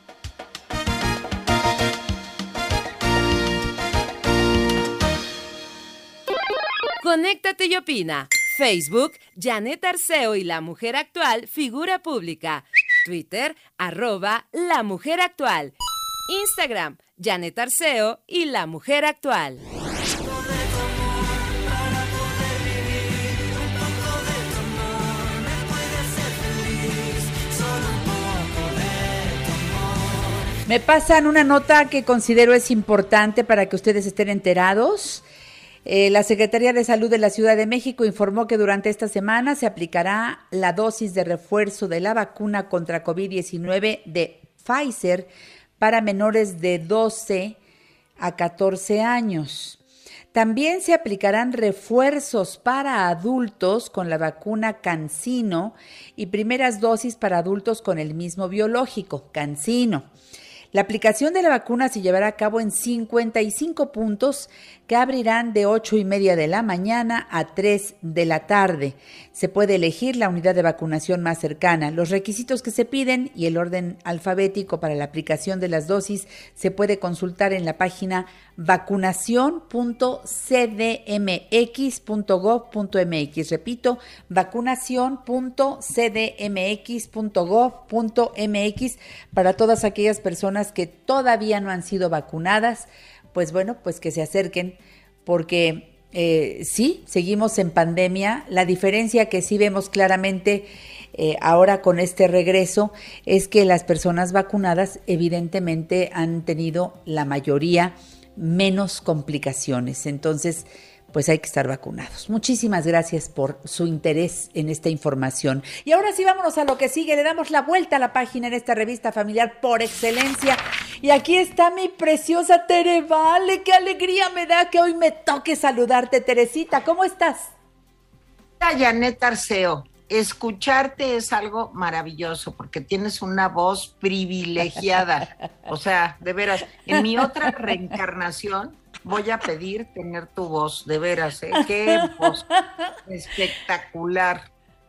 Conéctate y opina. Facebook, Janet Arceo y La Mujer Actual, figura pública. Twitter, @La Mujer Actual. Instagram, Janet Arceo y La Mujer Actual. Me pasan una nota que considero es importante para que ustedes estén enterados. La Secretaría de Salud de la Ciudad de México informó que durante esta semana se aplicará la dosis de refuerzo de la vacuna contra COVID-19 de Pfizer para menores de 12 a 14 años. También se aplicarán refuerzos para adultos con la vacuna CanSino y primeras dosis para adultos con el mismo biológico, CanSino. La aplicación de la vacuna se llevará a cabo en 55 puntos que abrirán de 8:30 de la mañana a 3 de la tarde. Se puede elegir la unidad de vacunación más cercana. Los requisitos que se piden y el orden alfabético para la aplicación de las dosis se puede consultar en la página vacunacion.cdmx.gov.mx. Repito, vacunacion.cdmx.gov.mx para todas aquellas personas que todavía no han sido vacunadas. Pues bueno, pues que se acerquen porque sí, seguimos en pandemia. La diferencia que sí vemos claramente ahora con este regreso es que las personas vacunadas evidentemente han tenido la mayoría menos complicaciones. Entonces, pues hay que estar vacunados. Muchísimas gracias por su interés en esta información. Y ahora sí, vámonos a lo que sigue. Le damos la vuelta a la página en esta revista familiar por excelencia. Y aquí está mi preciosa Tere Vale. Qué alegría me da que hoy me toque saludarte, Teresita. ¿Cómo estás? Janet Arceo, escucharte es algo maravilloso porque tienes una voz privilegiada. O sea, de veras, en mi otra reencarnación voy a pedir tener tu voz, de veras, ¿eh? Qué voz espectacular.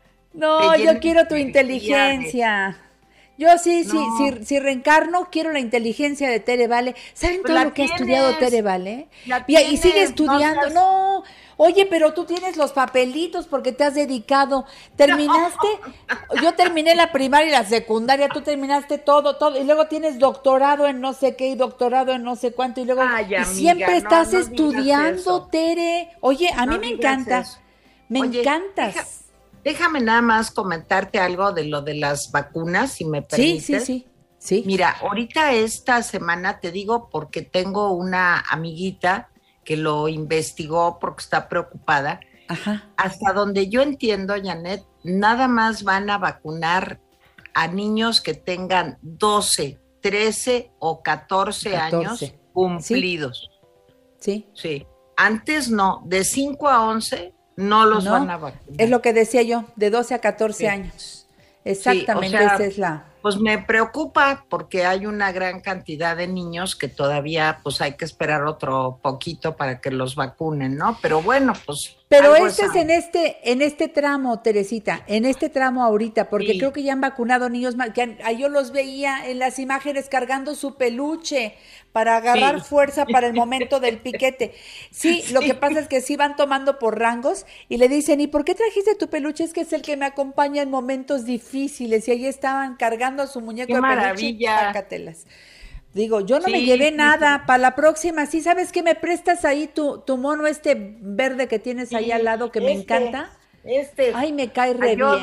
No, yo quiero tu inteligencia. Yo sí, si reencarno, quiero la inteligencia de Tere Vale. ¿Saben todo lo que ha estudiado Tere Vale? Y sigue estudiando. No, oye, pero tú tienes los papelitos porque te has dedicado. ¿Terminaste? No. Yo terminé la primaria y la secundaria, tú terminaste todo. Y luego tienes doctorado en no sé qué y doctorado en no sé cuánto. Y luego amiga, siempre estás estudiando, Tere. Oye, a mí me encanta. Me encantas. Déjame nada más comentarte algo de lo de las vacunas, si me permites. Sí. Mira, ahorita esta semana te digo porque tengo una amiguita que lo investigó porque está preocupada. Ajá. Hasta donde yo entiendo, Janet, nada más van a vacunar a niños que tengan 12, 13 o 14 años cumplidos. Sí. Antes no, de 5 a 11 no los van a vacunar. Es lo que decía yo, de 12 a 14 años. Exactamente, esa es la... Pues me preocupa porque hay una gran cantidad de niños que todavía pues hay que esperar otro poquito para que los vacunen, ¿no? Pero bueno, pues... Pero este es en este tramo, Teresita, en este tramo ahorita, porque creo que ya han vacunado niños más, que yo los veía en las imágenes cargando su peluche para agarrar fuerza para el momento del piquete. Sí, lo que pasa es que sí van tomando por rangos y le dicen, ¿y por qué trajiste tu peluche? Es que es el que me acompaña en momentos difíciles, y ahí estaban cargando a su muñeco ¡Qué de maravilla! peluche, sácatelas. Digo, yo no me llevé nada, para la próxima, ¿sí sabes qué? ¿Me prestas ahí tu mono verde que tienes ahí al lado que me encanta? Ay, me cae re bien.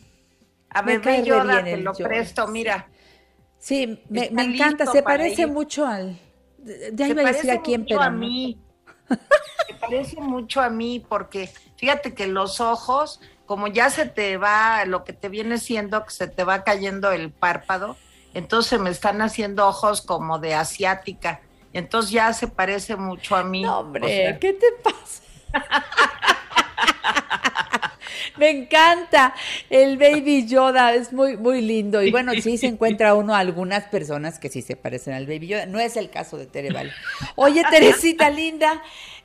A bebé Yoda te lo presto, mira. Sí, me encanta, se parece mucho al... Ya iba a decir a quién, pero... a mí. Se parece mucho a mí porque fíjate que los ojos, como ya se te va, lo que te viene siendo que se te va cayendo el párpado, entonces me están haciendo ojos como de asiática, entonces ya se parece mucho a mí. No, hombre, ¿qué te pasa? Me encanta el Baby Yoda, es muy, muy lindo. Y bueno, sí se encuentra uno algunas personas que sí se parecen al Baby Yoda. No es el caso de Tere Vale. Oye, Teresita linda,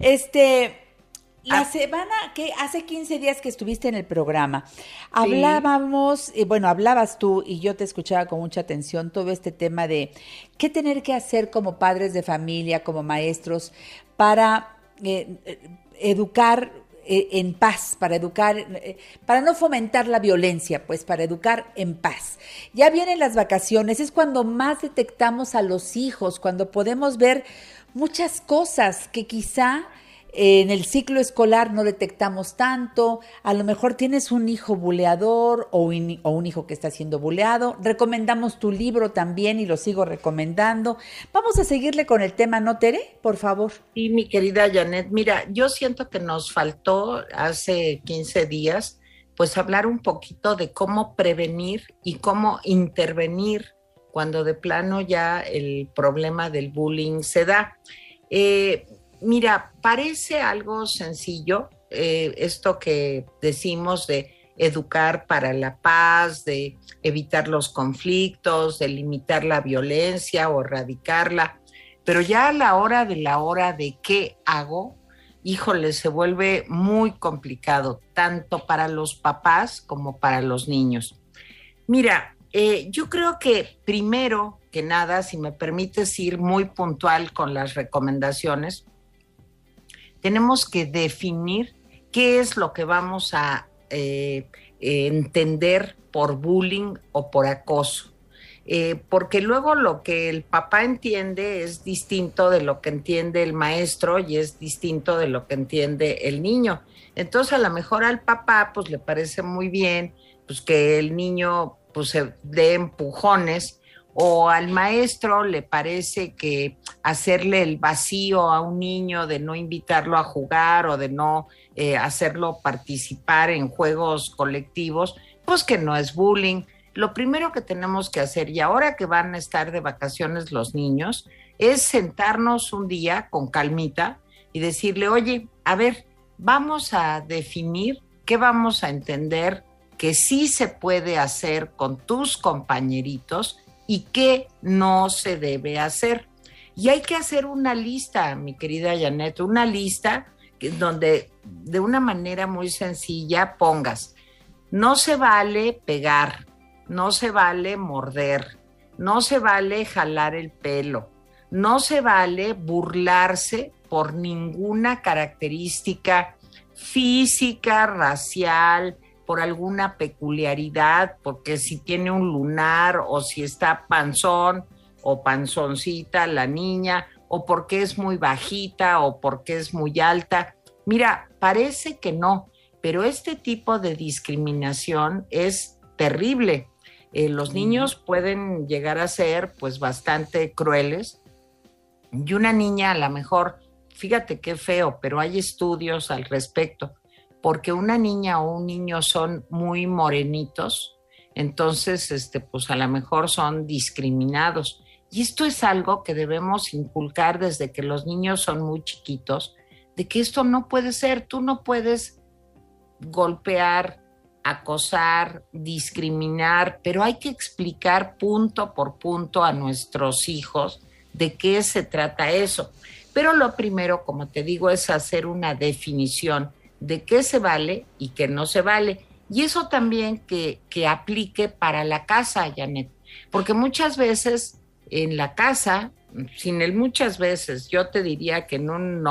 la semana que hace 15 días que estuviste en el programa, hablábamos, hablabas tú y yo te escuchaba con mucha atención todo este tema de qué tener que hacer como padres de familia, como maestros, para educar en paz, para educar, para no fomentar la violencia, pues para educar en paz. Ya vienen las vacaciones, es cuando más detectamos a los hijos, cuando podemos ver muchas cosas que quizá en el ciclo escolar no detectamos tanto, a lo mejor tienes un hijo buleador o un hijo que está siendo buleado, recomendamos tu libro también y lo sigo recomendando. Vamos a seguirle con el tema, ¿no, Tere? Por favor. Sí, mi querida Janet, mira, yo siento que nos faltó hace 15 días pues hablar un poquito de cómo prevenir y cómo intervenir cuando de plano ya el problema del bullying se da. Mira, parece algo sencillo, esto que decimos de educar para la paz, de evitar los conflictos, de limitar la violencia o erradicarla, pero ya a la hora de qué hago, híjole, se vuelve muy complicado, tanto para los papás como para los niños. Mira, yo creo que primero que nada, si me permites ir muy puntual con las recomendaciones, tenemos que definir qué es lo que vamos a entender por bullying o por acoso. Porque luego lo que el papá entiende es distinto de lo que entiende el maestro y es distinto de lo que entiende el niño. Entonces a lo mejor al papá pues le parece muy bien pues que el niño pues se dé empujones, o al maestro le parece que hacerle el vacío a un niño de no invitarlo a jugar o de no hacerlo participar en juegos colectivos, pues que no es bullying. Lo primero que tenemos que hacer, y ahora que van a estar de vacaciones los niños, es sentarnos un día con calmita y decirle, oye, a ver, vamos a definir qué vamos a entender que sí se puede hacer con tus compañeritos y qué no se debe hacer. Y hay que hacer una lista, mi querida Janet, una lista donde de una manera muy sencilla pongas, no se vale pegar, no se vale morder, no se vale jalar el pelo, no se vale burlarse por ninguna característica física, racial, por alguna peculiaridad, porque si tiene un lunar o si está panzón o panzoncita la niña, o porque es muy bajita o porque es muy alta. Mira, parece que no, pero este tipo de discriminación es terrible. Los niños pueden llegar a ser pues bastante crueles, y una niña a lo mejor, fíjate qué feo, pero hay estudios al respecto, porque una niña o un niño son muy morenitos, entonces pues a lo mejor son discriminados. Y esto es algo que debemos inculcar desde que los niños son muy chiquitos, de que esto no puede ser, tú no puedes golpear, acosar, discriminar, pero hay que explicar punto por punto a nuestros hijos de qué se trata eso. Pero lo primero, como te digo, es hacer una definición de qué se vale y qué no se vale. Y eso también que aplique para la casa, Janet, porque muchas veces en la casa, muchas veces, yo te diría que en un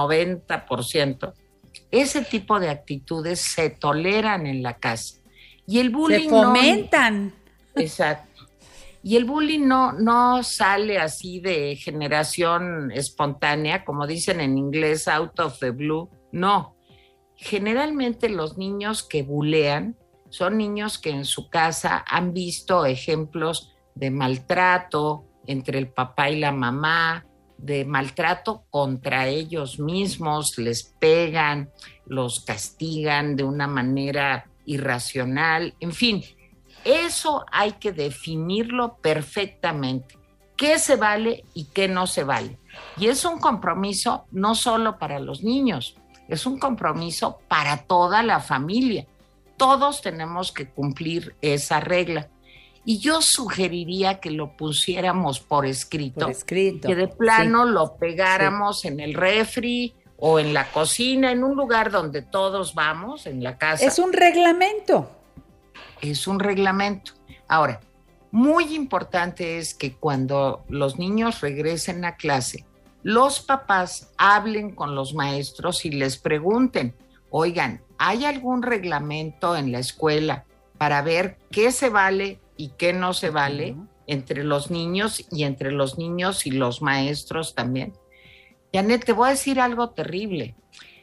90%, ese tipo de actitudes se toleran en la casa. Y el bullying se fomentan. Exacto. Y el bullying no sale así de generación espontánea, como dicen en inglés, out of the blue, no. Generalmente los niños que bulean son niños que en su casa han visto ejemplos de maltrato entre el papá y la mamá, de maltrato contra ellos mismos, les pegan, los castigan de una manera irracional, en fin, eso hay que definirlo perfectamente, qué se vale y qué no se vale. Y es un compromiso no solo para los niños, es un compromiso para toda la familia. Todos tenemos que cumplir esa regla. Y yo sugeriría que lo pusiéramos por escrito. Que de plano sí, lo pegáramos en el refri o en la cocina, en un lugar donde todos vamos, en la casa. Es un reglamento. Es un reglamento. Ahora, muy importante es que cuando los niños regresen a clase, los papás hablen con los maestros y les pregunten, oigan, ¿hay algún reglamento en la escuela para ver qué se vale y qué no se vale entre los niños y entre los niños y los maestros también? Janet, te voy a decir algo terrible.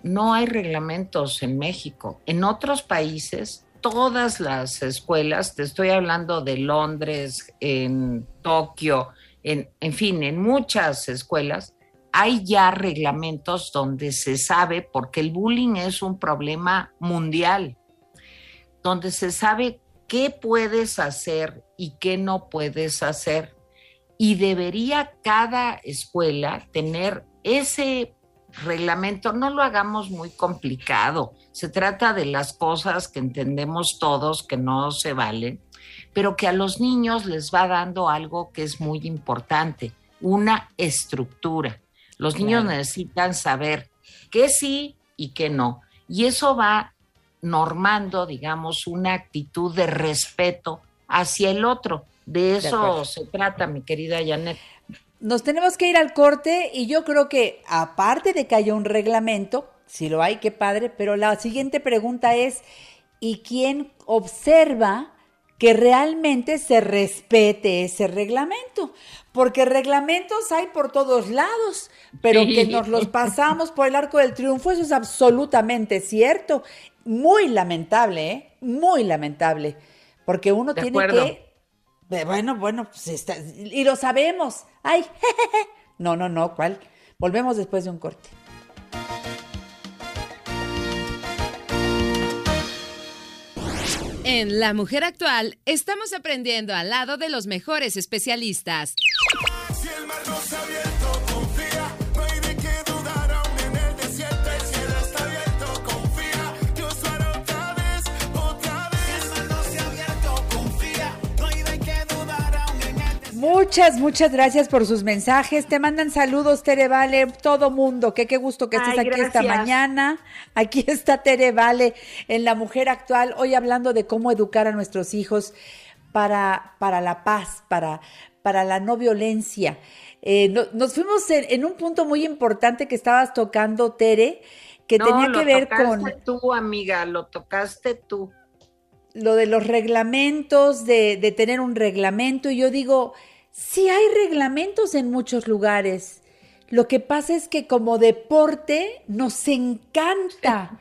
no hay reglamentos en México. En otros países, todas las escuelas, te estoy hablando de Londres, en Tokio, en fin, en muchas escuelas, hay ya reglamentos donde se sabe, porque el bullying es un problema mundial, donde se sabe qué puedes hacer y qué no puedes hacer. Y debería cada escuela tener ese reglamento. No lo hagamos muy complicado. Se trata de las cosas que entendemos todos, que no se valen, pero que a los niños les va dando algo que es muy importante, una estructura. Los niños necesitan saber qué sí y qué no. Y eso va normando, digamos, una actitud de respeto hacia el otro. De eso se trata, mi querida Janet. Nos tenemos que ir al corte y yo creo que aparte de que haya un reglamento, si lo hay, qué padre, pero la siguiente pregunta es, ¿y quién observa que realmente se respete ese reglamento? Porque reglamentos hay por todos lados, pero que nos los pasamos por el arco del triunfo, eso es absolutamente cierto. Muy lamentable, ¿eh? Muy lamentable, porque uno tiene que... Bueno, pues está, y lo sabemos. Ay, jejeje. No, ¿cuál? Volvemos después de un corte. En La Mujer Actual estamos aprendiendo al lado de los mejores especialistas. Si el mar no se ha abierto, confía, no hay de qué dudar aún en el desierto. El cielo está abierto, confía, Dios lo hará otra vez. Si el mar no se ha abierto, confía, no hay de qué dudar aún en el desierto. Muchas gracias por sus mensajes. Te mandan saludos, Tere Vale, todo mundo. Qué gusto que estés aquí esta mañana. Aquí está Tere Vale en La Mujer Actual, hoy hablando de cómo educar a nuestros hijos para la paz, para la no violencia. Nos fuimos en un punto muy importante que estabas tocando, Tere, que tenía que ver con... lo tocaste tú, amiga, lo tocaste tú. Lo de los reglamentos, de tener un reglamento, y yo digo, sí hay reglamentos en muchos lugares. Lo que pasa es que como deporte nos encanta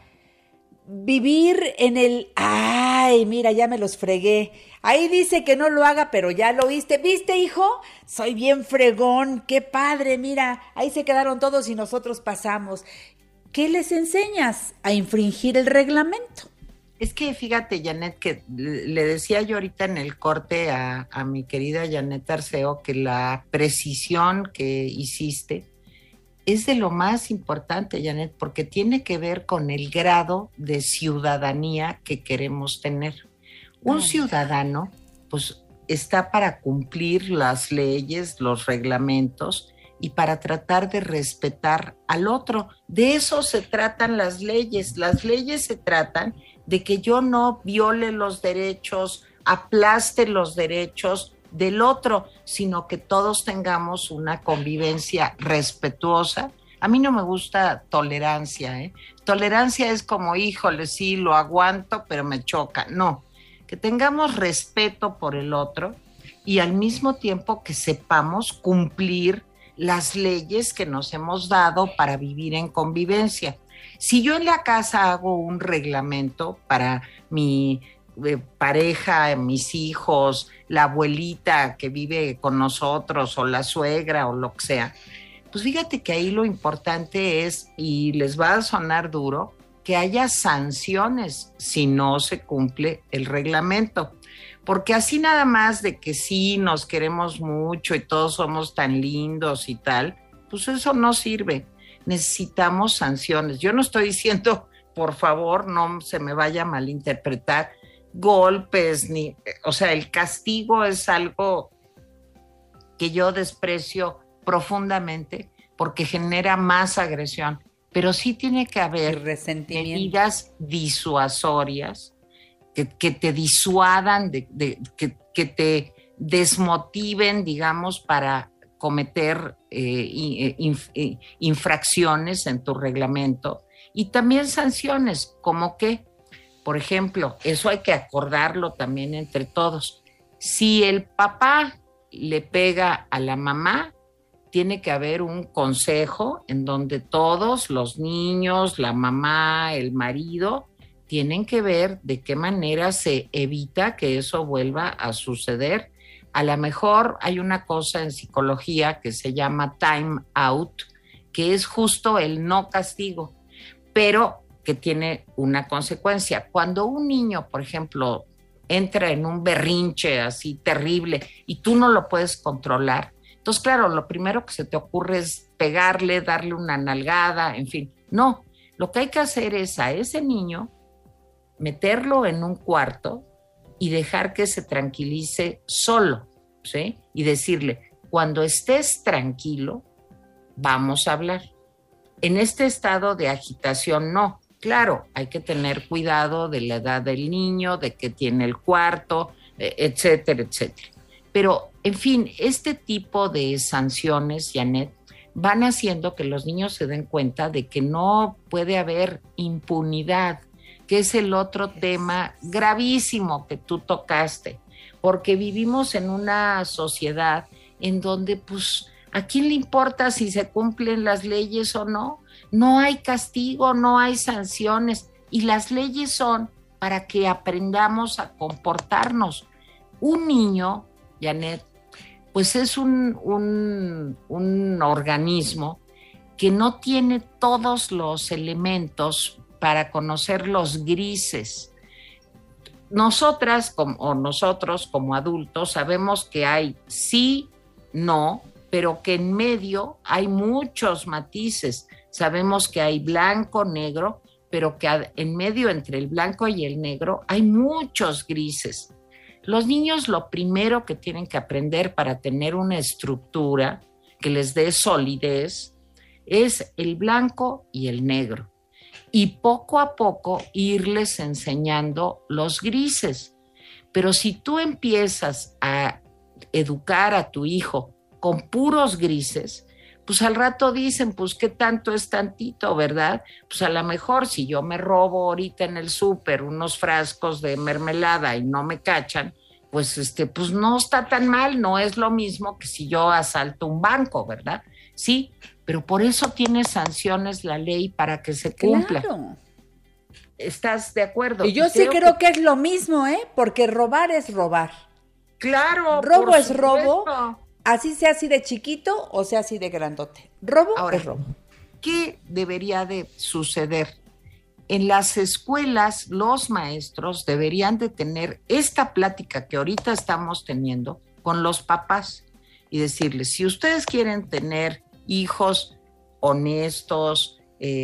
vivir en el, ay, mira, ya me los fregué. Ahí dice que no lo haga, pero ya lo viste. ¿Viste, hijo? Soy bien fregón, qué padre, mira, ahí se quedaron todos y nosotros pasamos. ¿Qué les enseñas? A infringir el reglamento. Es que fíjate, Janet, que le decía yo ahorita en el corte a mi querida Janet Arceo que la precisión que hiciste es de lo más importante, Janet, porque tiene que ver con el grado de ciudadanía que queremos tener. Un ciudadano, pues, está para cumplir las leyes, los reglamentos y para tratar de respetar al otro. De eso se tratan las leyes. Las leyes se tratan de que yo no viole los derechos, aplaste los derechos del otro, sino que todos tengamos una convivencia respetuosa. A mí no me gusta tolerancia, ¿eh? Tolerancia es como, híjole, sí, lo aguanto, pero me choca. No, que tengamos respeto por el otro y al mismo tiempo que sepamos cumplir las leyes que nos hemos dado para vivir en convivencia. Si yo en la casa hago un reglamento para mi pareja, mis hijos, la abuelita que vive con nosotros o la suegra o lo que sea, pues fíjate que ahí lo importante es, y les va a sonar duro, que haya sanciones si no se cumple el reglamento. Porque así nada más de que sí nos queremos mucho y todos somos tan lindos y tal, pues eso no sirve. Necesitamos sanciones. Yo no estoy diciendo, por favor, no se me vaya a malinterpretar, golpes, ni, o sea, el castigo es algo que yo desprecio profundamente porque genera más agresión, pero sí tiene que haber medidas disuasorias que te disuadan, que te desmotiven, digamos, para cometer infracciones en tu reglamento, y también sanciones, como que, por ejemplo, eso hay que acordarlo también entre todos. Si el papá le pega a la mamá, tiene que haber un consejo en donde todos los niños, la mamá, el marido, tienen que ver de qué manera se evita que eso vuelva a suceder. A lo mejor hay una cosa en psicología que se llama time out, que es justo el no castigo, pero que tiene una consecuencia. Cuando un niño, por ejemplo, entra en un berrinche así terrible y tú no lo puedes controlar, entonces, claro, lo primero que se te ocurre es pegarle, darle una nalgada, en fin. No, lo que hay que hacer es a ese niño meterlo en un cuarto y dejar que se tranquilice solo, ¿sí? Y decirle, cuando estés tranquilo, vamos a hablar. En este estado de agitación, no. Claro, hay que tener cuidado de la edad del niño, de que tiene el cuarto, etcétera, etcétera. Pero, en fin, este tipo de sanciones, Janet, van haciendo que los niños se den cuenta de que no puede haber impunidad, que es el otro tema gravísimo que tú tocaste, porque vivimos en una sociedad en donde, pues, ¿a quién le importa si se cumplen las leyes o no? No hay castigo, no hay sanciones, y las leyes son para que aprendamos a comportarnos. Un niño, Janet, pues es un organismo que no tiene todos los elementos para conocer los grises. Nosotros como adultos sabemos que hay sí, no, pero que en medio hay muchos matices. Sabemos que hay blanco, negro, pero que en medio entre el blanco y el negro hay muchos grises. Los niños lo primero que tienen que aprender para tener una estructura que les dé solidez es el blanco y el negro. Y poco a poco irles enseñando los grises. Pero si tú empiezas a educar a tu hijo con puros grises, pues al rato dicen, pues qué tanto es tantito, ¿verdad? Pues a lo mejor si yo me robo ahorita en el súper unos frascos de mermelada y no me cachan, pues pues no está tan mal, no es lo mismo que si yo asalto un banco, ¿verdad? Sí, pero por eso tiene sanciones la ley para que se cumpla. Claro. ¿Estás de acuerdo? Y yo sí creo que es lo mismo, porque robar es robar. Claro. Robo es robo, así sea así de chiquito o sea así de grandote. Robo Ahora, es robo. ¿Qué debería de suceder? En las escuelas, los maestros deberían de tener esta plática que ahorita estamos teniendo con los papás y decirles, si ustedes quieren tener hijos honestos,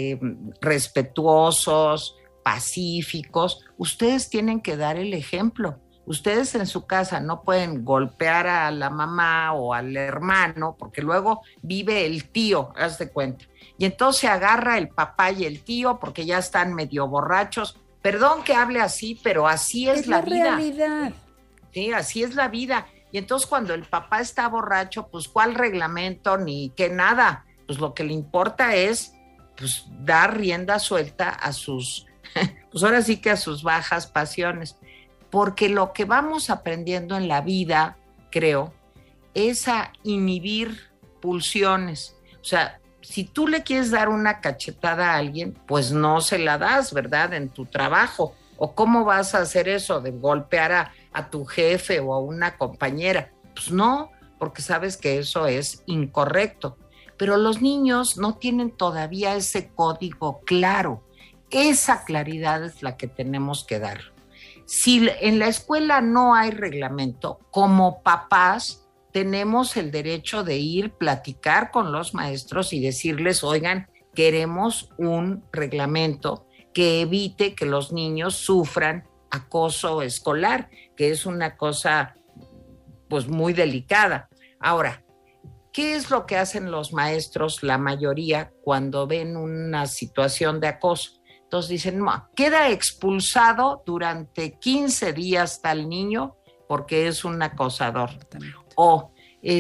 respetuosos, pacíficos, ustedes tienen que dar el ejemplo. Ustedes en su casa no pueden golpear a la mamá o al hermano, porque luego vive el tío, haz de cuenta. Y entonces agarra el papá y el tío porque ya están medio borrachos. Perdón que hable así, pero así es la vida. Realidad. Sí, así es la vida. Y entonces cuando el papá está borracho, pues ¿cuál reglamento ni qué nada? Pues lo que le importa es pues dar rienda suelta a sus, pues ahora sí que a sus bajas pasiones. Porque lo que vamos aprendiendo en la vida, creo, es a inhibir pulsiones. O sea, si tú le quieres dar una cachetada a alguien, pues no se la das, ¿verdad? En tu trabajo. ¿O cómo vas a hacer eso de golpear a tu jefe o a una compañera? Pues no, porque sabes que eso es incorrecto. Pero los niños no tienen todavía ese código claro. Esa claridad es la que tenemos que dar. Si en la escuela no hay reglamento, como papás tenemos el derecho de ir, platicar con los maestros y decirles, oigan, queremos un reglamento que evite que los niños sufran acoso escolar, que es una cosa pues muy delicada. Ahora, ¿qué es lo que hacen los maestros, la mayoría, cuando ven una situación de acoso? Entonces dicen, no, queda expulsado durante 15 días tal niño porque es un acosador. O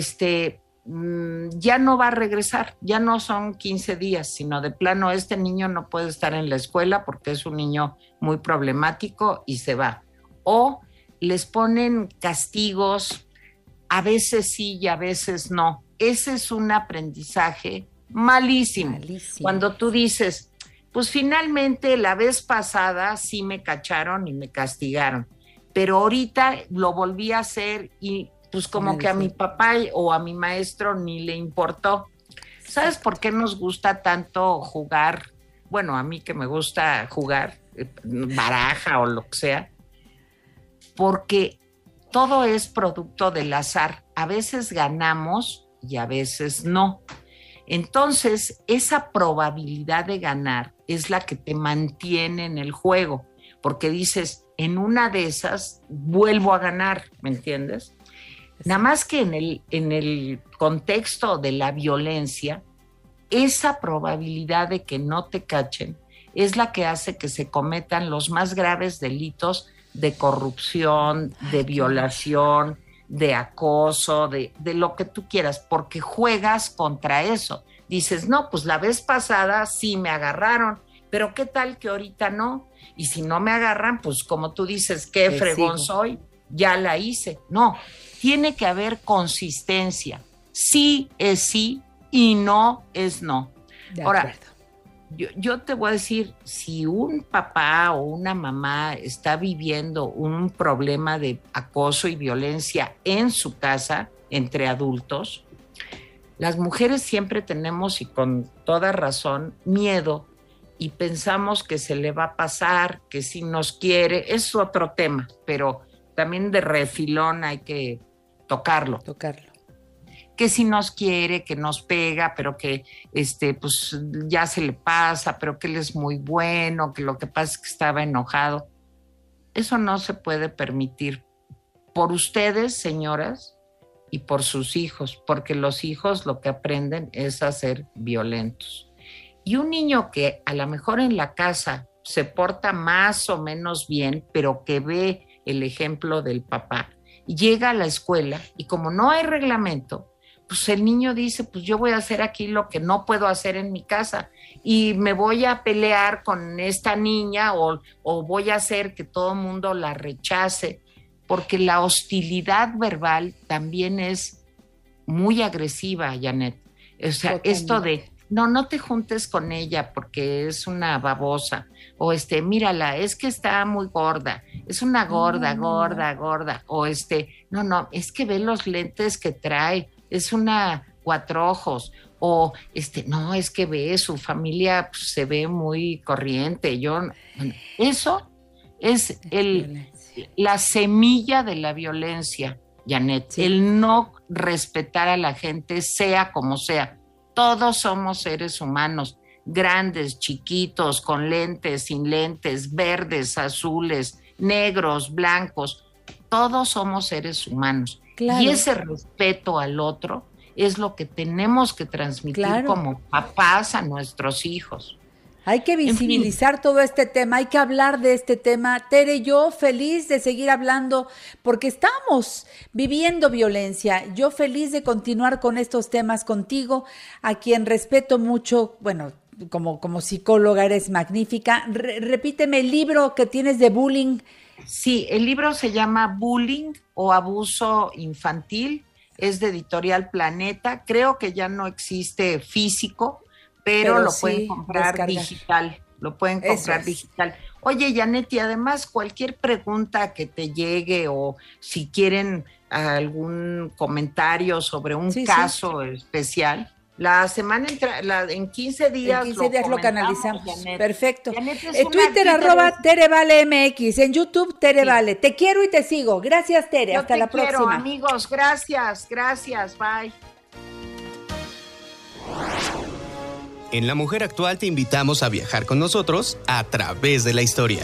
ya no va a regresar, ya no son 15 días, sino de plano este niño no puede estar en la escuela porque es un niño muy problemático y se va. O les ponen castigos, a veces sí y a veces no. ese es un aprendizaje malísimo. Cuando tú dices, pues finalmente la vez pasada sí me cacharon y me castigaron, pero ahorita lo volví a hacer y pues como que a mi papá o a mi maestro ni le importó. ¿Sabes por qué nos gusta tanto jugar? Bueno, a mí que me gusta jugar baraja o lo que sea, porque todo es producto del azar. A veces ganamos y a veces no. Entonces, esa probabilidad de ganar es la que te mantiene en el juego, porque dices, en una de esas vuelvo a ganar, ¿me entiendes? Nada más que en el contexto de la violencia, esa probabilidad de que no te cachen es la que hace que se cometan los más graves delitos de corrupción, de violación, de acoso, de lo que tú quieras, porque juegas contra eso. Dices, no, pues la vez pasada sí me agarraron, pero ¿qué tal que ahorita no? Y si no me agarran, pues como tú dices, qué fregón soy, ya la hice. No, tiene que haber consistencia. Sí es sí y no es no. Ahora, yo te voy a decir, si un papá o una mamá está viviendo un problema de acoso y violencia en su casa, entre adultos, las mujeres siempre tenemos, y con toda razón, miedo y pensamos que se le va a pasar, que si nos quiere, es otro tema, pero también de refilón hay que tocarlo. Que si nos quiere, que nos pega, pero que pues ya se le pasa, pero que él es muy bueno, que lo que pasa es que estaba enojado. Eso no se puede permitir por ustedes, señoras, y por sus hijos, porque los hijos lo que aprenden es a ser violentos. Y un niño que a lo mejor en la casa se porta más o menos bien, pero que ve el ejemplo del papá, llega a la escuela y como no hay reglamento, pues el niño dice, pues yo voy a hacer aquí lo que no puedo hacer en mi casa y me voy a pelear con esta niña o voy a hacer que todo el mundo la rechace, porque la hostilidad verbal también es muy agresiva, Janet. O sea, totalmente. Esto de, no te juntes con ella porque es una babosa, o mírala, es que está muy gorda, es una gorda, o no, es que ve los lentes que trae, es una cuatro ojos, o no, es que ve, su familia pues, se ve muy corriente. Eso es la semilla de la violencia, Janet, el no respetar a la gente, sea como sea. Todos somos seres humanos, grandes, chiquitos, con lentes, sin lentes, verdes, azules, negros, blancos. Todos somos seres humanos. Claro. Y ese respeto al otro es lo que tenemos que transmitir como papás a nuestros hijos. Hay que visibilizar todo este tema, hay que hablar de este tema. Tere, yo feliz de seguir hablando porque estamos viviendo violencia. Yo feliz de continuar con estos temas contigo, a quien respeto mucho. Bueno, como psicóloga eres magnífica. Repíteme el libro que tienes de bullying. Sí, el libro se llama Bullying o Abuso Infantil, es de Editorial Planeta. Creo que ya no existe físico, pero lo pueden comprar digital. Lo pueden comprar digital. Oye, Janet, y además cualquier pregunta que te llegue o si quieren algún comentario sobre un caso especial, la semana en 15 días, lo canalizamos. Janet. Perfecto. Twitter @TereValeMX, en YouTube Tere Vale. Te quiero y te sigo. Gracias, Tere. Hasta la próxima. Quiero, amigos. Gracias. Bye. En La Mujer Actual te invitamos a viajar con nosotros a través de la historia.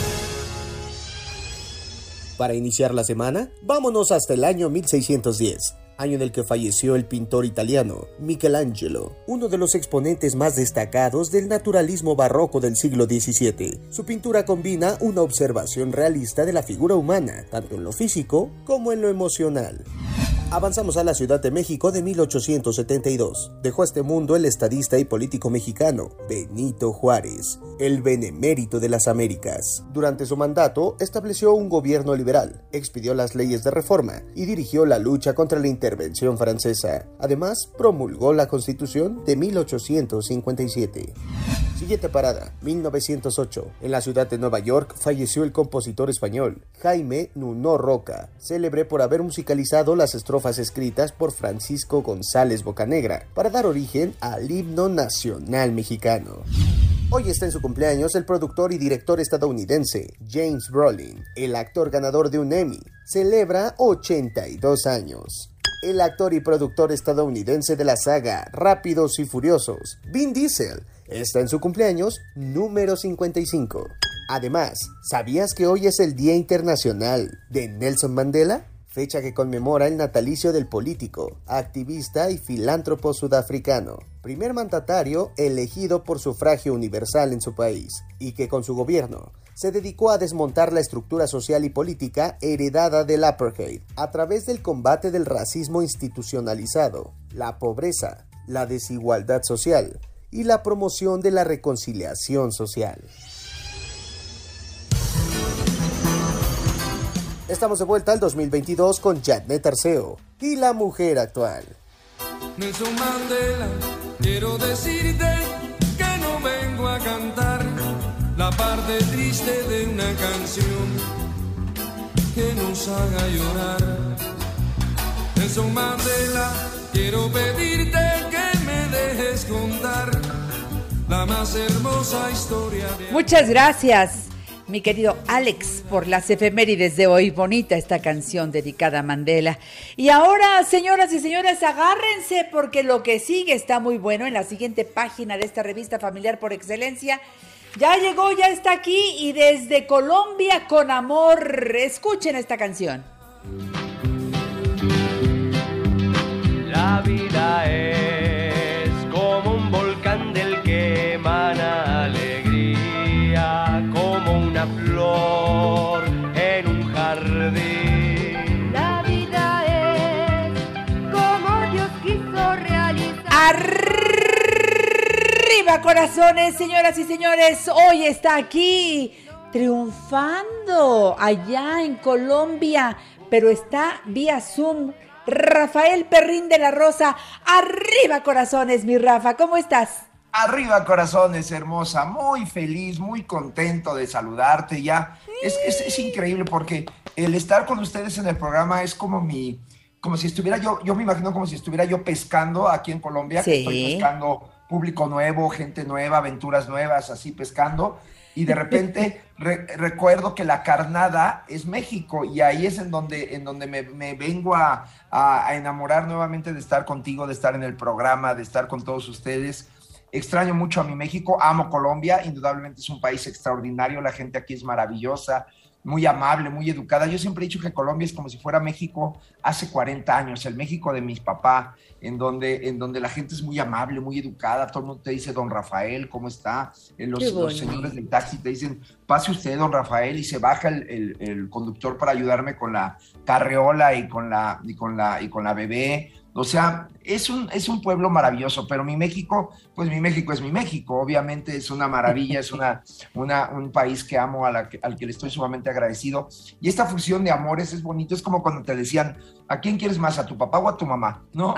Para iniciar la semana, vámonos hasta el año 1610, año en el que falleció el pintor italiano Michelangelo, uno de los exponentes más destacados del naturalismo barroco del siglo XVII. Su pintura combina una observación realista de la figura humana, tanto en lo físico como en lo emocional. Avanzamos a la Ciudad de México de 1872. Dejó a este mundo el estadista y político mexicano Benito Juárez, el benemérito de las Américas. Durante su mandato, estableció un gobierno liberal, expidió las leyes de reforma y dirigió la lucha contra la intervención francesa. Además, promulgó la Constitución de 1857. Siguiente parada, 1908. En la ciudad de Nueva York falleció el compositor español Jaime Nuno Roca, célebre por haber musicalizado las estrofas escritas por Francisco González Bocanegra para dar origen al himno nacional mexicano. Hoy está en su cumpleaños el productor y director estadounidense James Brolin. El actor ganador de un Emmy celebra 82 años. El actor y productor estadounidense de la saga Rápidos y Furiosos, Vin Diesel, está en su cumpleaños número 55. Además, ¿sabías que hoy es el Día Internacional de Nelson Mandela? Fecha que conmemora el natalicio del político, activista y filántropo sudafricano, primer mandatario elegido por sufragio universal en su país, y que con su gobierno se dedicó a desmontar la estructura social y política heredada del apartheid a través del combate del racismo institucionalizado, la pobreza, la desigualdad social y la promoción de la reconciliación social. Estamos de vuelta al 2022 con Janet Arceo y la mujer actual. Nelson Mandela, quiero decirte que no vengo a cantar la parte triste de una canción que nos haga llorar. Nelson Mandela, quiero pedirte que me dejes contar la más hermosa historia de... Muchas gracias, mi querido Alex, por las efemérides de hoy. Bonita esta canción dedicada a Mandela. Y ahora, señoras y señores, agárrense porque lo que sigue está muy bueno. En la siguiente página de esta revista familiar por excelencia, ya llegó, ya está aquí, y desde Colombia con amor. Escuchen esta canción. La vida es como un volcán del que emana alegría, como una flor en un jardín. La vida es como Dios quiso realizar. ¡Arriba, corazones, señoras y señores! Hoy está aquí, triunfando allá en Colombia, pero está vía Zoom, Rafael Perrín de la Rosa. ¡Arriba, corazones, mi Rafa! ¿Cómo estás? Arriba, corazones, hermosa, muy feliz, muy contento de saludarte ya. Es increíble porque el estar con ustedes en el programa es como si estuviera yo me imagino como si estuviera yo pescando aquí en Colombia, sí. Que estoy pescando público nuevo, gente nueva, aventuras nuevas, así pescando, y de repente recuerdo que la carnada es México, y ahí es en donde me vengo a enamorar nuevamente de estar contigo, de estar en el programa, de estar con todos ustedes. Extraño mucho a mi México, amo Colombia, indudablemente es un país extraordinario, la gente aquí es maravillosa, muy amable, muy educada. Yo siempre he dicho que Colombia es como si fuera México hace 40 años, el México de mis papás, en donde la gente es muy amable, muy educada, todo el mundo te dice don Rafael, ¿cómo está? Los señores del taxi te dicen, pase usted don Rafael, y se baja el conductor para ayudarme con la carreola y con la bebé. O sea, es un pueblo maravilloso, pero mi México, pues mi México es mi México, obviamente es una maravilla, es un país que amo, al que le estoy sumamente agradecido, y esta fusión de amores es bonito, es como cuando te decían, ¿a quién quieres más, a tu papá o a tu mamá? ¿No?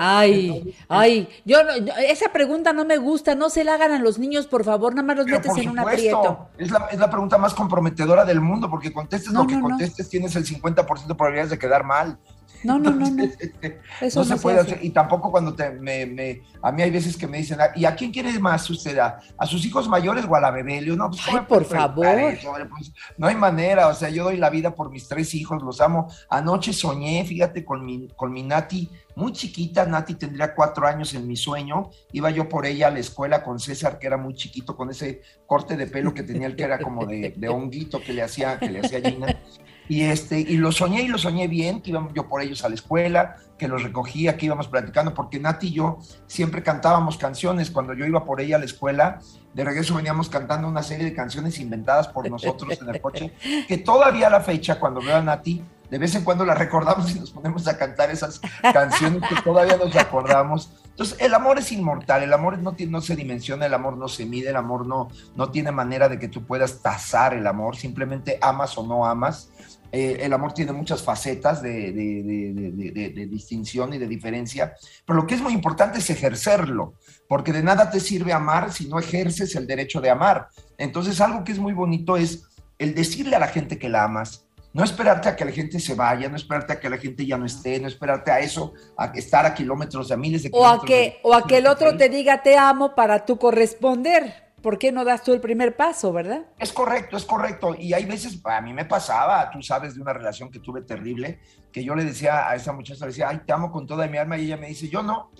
Esa pregunta no me gusta, no se la hagan a los niños, por favor, nada más los metes en un aprieto. Es la pregunta más comprometedora del mundo, porque contestes lo que contestes, tienes el 50% de probabilidades de quedar mal. No. Eso no se puede hacer. Y tampoco cuando a mí hay veces que me dicen, ¿y a quién quiere más usted? ¿A sus hijos mayores o a la bebé? Le digo, no, pues, ay, por favor. Pues, no hay manera, o sea, yo doy la vida por mis 3 hijos, los amo. Anoche soñé, fíjate, con mi Nati, muy chiquita. Nati tendría 4 años en mi sueño. Iba yo por ella a la escuela con César, que era muy chiquito, con ese corte de pelo que tenía él, que era como de honguito que le hacía Gina. Y lo soñé bien, que íbamos yo por ellos a la escuela, que los recogía, que íbamos platicando, porque Nati y yo siempre cantábamos canciones. Cuando yo iba por ella a la escuela, de regreso veníamos cantando una serie de canciones inventadas por nosotros en el coche, que todavía a la fecha, cuando veo a Nati, de vez en cuando la recordamos y nos ponemos a cantar esas canciones que todavía nos acordamos. Entonces, el amor es inmortal, el amor no se dimensiona, el amor no se mide, el amor no tiene manera de que tú puedas tasar el amor, simplemente amas o no amas. El amor tiene muchas facetas de distinción y de diferencia, pero lo que es muy importante es ejercerlo, porque de nada te sirve amar si no ejerces el derecho de amar. Entonces, algo que es muy bonito es el decirle a la gente que la amas, no esperarte a que la gente se vaya, no esperarte a que la gente ya no esté, no esperarte a eso, a estar a kilómetros, a miles de kilómetros. O a que el otro te diga te amo para tú corresponder. ¿Por qué no das tú el primer paso, verdad? Es correcto. Y hay veces, a mí me pasaba, tú sabes de una relación que tuve terrible, que yo le decía a esa muchacha, le decía, ay, te amo con toda mi alma, y ella me dice, yo no.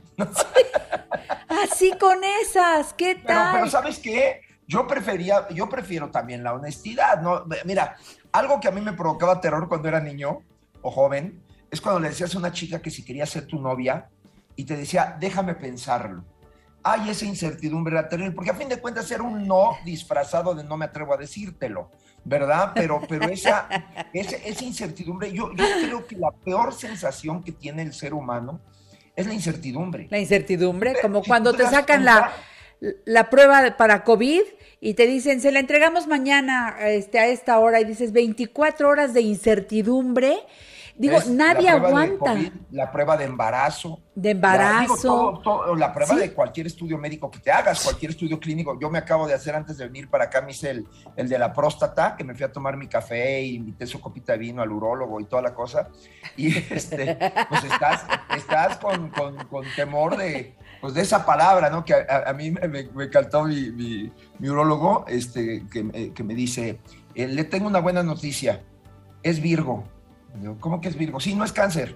Así con esas, ¿qué tal? Pero ¿sabes qué? Yo prefiero también la honestidad, ¿no? Mira, algo que a mí me provocaba terror cuando era niño o joven, es cuando le decías a una chica que si quería ser tu novia, y te decía, déjame pensarlo. Hay esa incertidumbre era terrible, porque a fin de cuentas era un no disfrazado de no me atrevo a decírtelo, ¿verdad? Pero esa incertidumbre, yo creo que la peor sensación que tiene el ser humano es la incertidumbre. La incertidumbre, como cuando te sacan la prueba para COVID y te dicen, se la entregamos mañana a esta hora, y dices 24 horas de incertidumbre. Digo, nadie aguanta. COVID, la prueba de embarazo. La prueba de cualquier estudio médico que te hagas, cualquier estudio clínico. Yo me acabo de hacer antes de venir para acá, me hice el de la próstata, que me fui a tomar mi café y invité su copita de vino al urólogo y toda la cosa. Y pues estás con temor de esa palabra, ¿no? Que a mí me encantó mi urólogo, que me dice, le tengo una buena noticia, es Virgo. ¿Cómo que es Virgo? Sí, no es cáncer.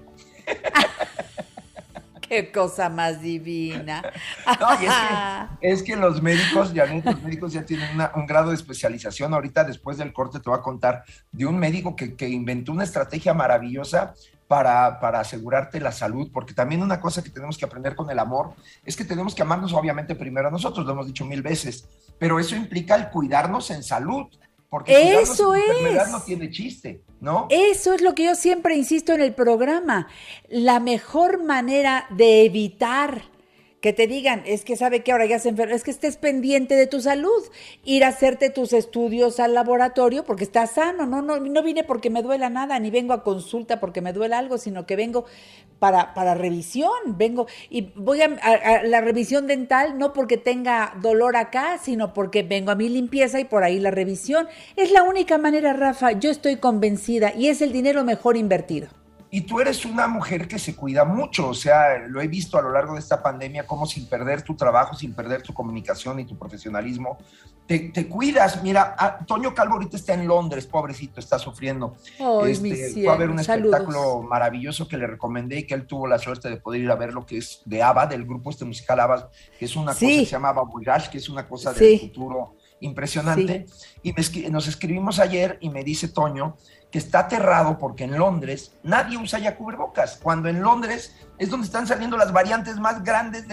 Qué cosa más divina. No, y es que los médicos, Janet, ya tienen un grado de especialización. Ahorita, después del corte, te voy a contar de un médico que inventó una estrategia maravillosa para asegurarte la salud, porque también una cosa que tenemos que aprender con el amor es que tenemos que amarnos obviamente primero a nosotros, lo hemos dicho 1000 veces, pero eso implica el cuidarnos en salud. Porque eso es. Enfermedad no tiene chiste, ¿no? Eso es lo que yo siempre insisto en el programa. La mejor manera de evitar que te digan, es que sabe que ahora ya se enferma, es que estés pendiente de tu salud, ir a hacerte tus estudios al laboratorio porque estás sano, no vine porque me duela nada, ni vengo a consulta porque me duela algo, sino que vengo para revisión, y voy a la revisión dental no porque tenga dolor acá, sino porque vengo a mi limpieza y por ahí la revisión. Es la única manera, Rafa, yo estoy convencida, y es el dinero mejor invertido. Y tú eres una mujer que se cuida mucho, o sea, lo he visto a lo largo de esta pandemia, cómo sin perder tu trabajo, sin perder tu comunicación y tu profesionalismo, te cuidas. Mira, Toño Calvo ahorita está en Londres, pobrecito, está sufriendo. Fue a ver un espectáculo maravilloso que le recomendé y que él tuvo la suerte de poder ir a ver, lo que es de ABBA, del grupo musical ABBA, que es una cosa que se llama Voyage, que es una cosa del futuro impresionante. Y nos escribimos ayer y me dice Toño que está aterrado porque en Londres nadie usa ya cubrebocas, cuando en Londres es donde están saliendo las variantes más grandes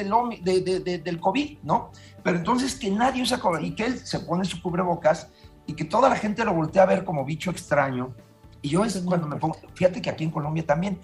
del COVID, ¿no? Pero entonces que nadie usa cubrebocas y que él se pone su cubrebocas y que toda la gente lo voltea a ver como bicho extraño. Y yo es cuando me pongo, fíjate que aquí en Colombia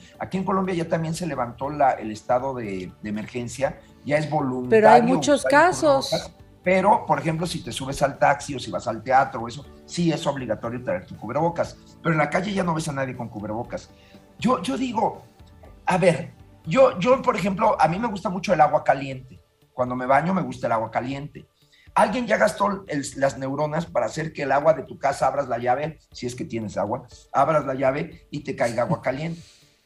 ya también se levantó el estado de emergencia, ya es voluntario. Pero hay muchos casos. Pero, por ejemplo, si te subes al taxi o si vas al teatro o eso, sí es obligatorio traer tu cubrebocas. Pero en la calle ya no ves a nadie con cubrebocas. Yo digo, a ver, yo, por ejemplo, a mí me gusta mucho el agua caliente. Cuando me baño me gusta el agua caliente. Alguien ya gastó las neuronas para hacer que el agua de tu casa, abras la llave, si es que tienes agua, abras la llave y te caiga agua caliente.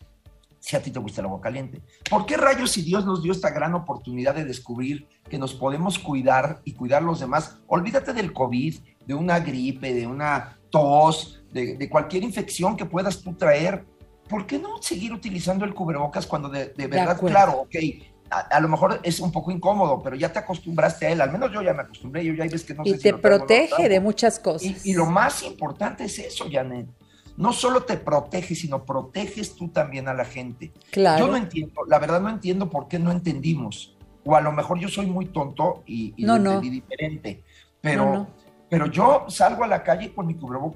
Si a ti te gusta el agua caliente. ¿Por qué rayos, si Dios nos dio esta gran oportunidad de descubrir que nos podemos cuidar y cuidar a los demás? Olvídate del COVID, de una gripe, de una tos, de cualquier infección que puedas tú traer. ¿Por qué no seguir utilizando el cubrebocas cuando de verdad, claro, ok, a lo mejor es un poco incómodo, pero ya te acostumbraste a él, al menos yo ya me acostumbré, yo ya ves que no sé si... Y te protege de muchas cosas. Y lo más importante es eso, Janet. No solo te proteges, sino proteges tú también a la gente. Claro. Yo no entiendo, la verdad no entiendo por qué no entendimos. O a lo mejor yo soy muy tonto y lo entendí diferente. Pero yo salgo a la calle con mi cubrebocas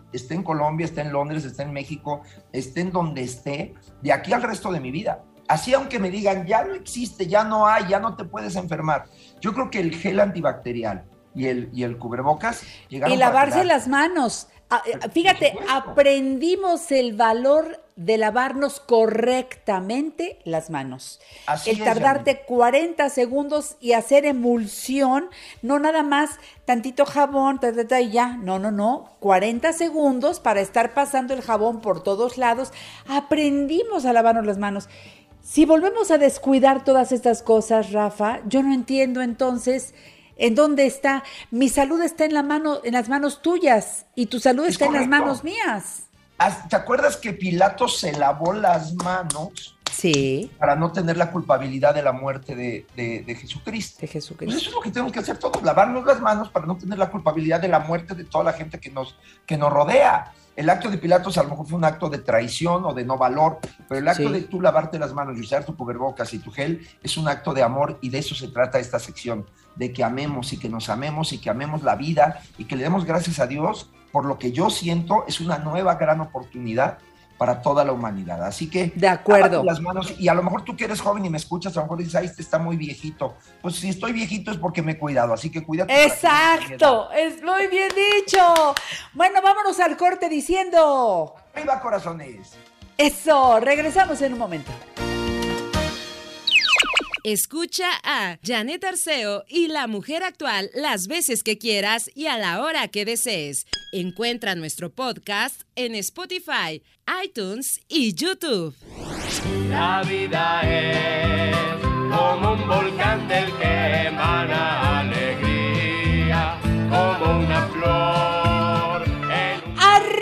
esté en Colombia, esté en Londres, esté en México, esté en donde esté, de aquí al resto de mi vida. Así, aunque me digan, ya no existe, ya no hay, ya no te puedes enfermar. Yo creo que el gel antibacterial y el cubrebocas llegaron y lavarse para las manos. Fíjate, aprendimos el valor de lavarnos correctamente las manos. Así el es, tardarte 40 segundos y hacer emulsión, no nada más tantito jabón, y ya. No. 40 segundos para estar pasando el jabón por todos lados. Aprendimos a lavarnos las manos. Si volvemos a descuidar todas estas cosas, Rafa, yo no entiendo entonces ¿en dónde está? Mi salud está en las manos tuyas y tu salud está en las manos mías. ¿Te acuerdas que Pilatos se lavó las manos? Sí. Para no tener la culpabilidad de la muerte de Jesucristo. Pues eso es lo que tenemos que hacer todos, lavarnos las manos para no tener la culpabilidad de la muerte de toda la gente que nos rodea. El acto de Pilatos a lo mejor fue un acto de traición o de no valor, pero el acto de tú lavarte las manos y usar tu cubrebocas y tu gel es un acto de amor, y de eso se trata esta sección, de que amemos y que nos amemos y que amemos la vida y que le demos gracias a Dios por lo que yo siento es una nueva gran oportunidad para toda la humanidad. Así que de acuerdo. Las manos, y a lo mejor tú que eres joven y me escuchas, a lo mejor dices, ay, este está muy viejito. Pues si estoy viejito es porque me he cuidado, así que cuídate. Exacto, es muy bien dicho. Bueno, vámonos al corte diciendo... ¡Arriba, corazones! Eso, regresamos en un momento. Escucha a Janet Arceo y La Mujer Actual las veces que quieras y a la hora que desees. Encuentra nuestro podcast en Spotify, iTunes y YouTube. La vida es como un volcán del que emana alegría, como una flor en...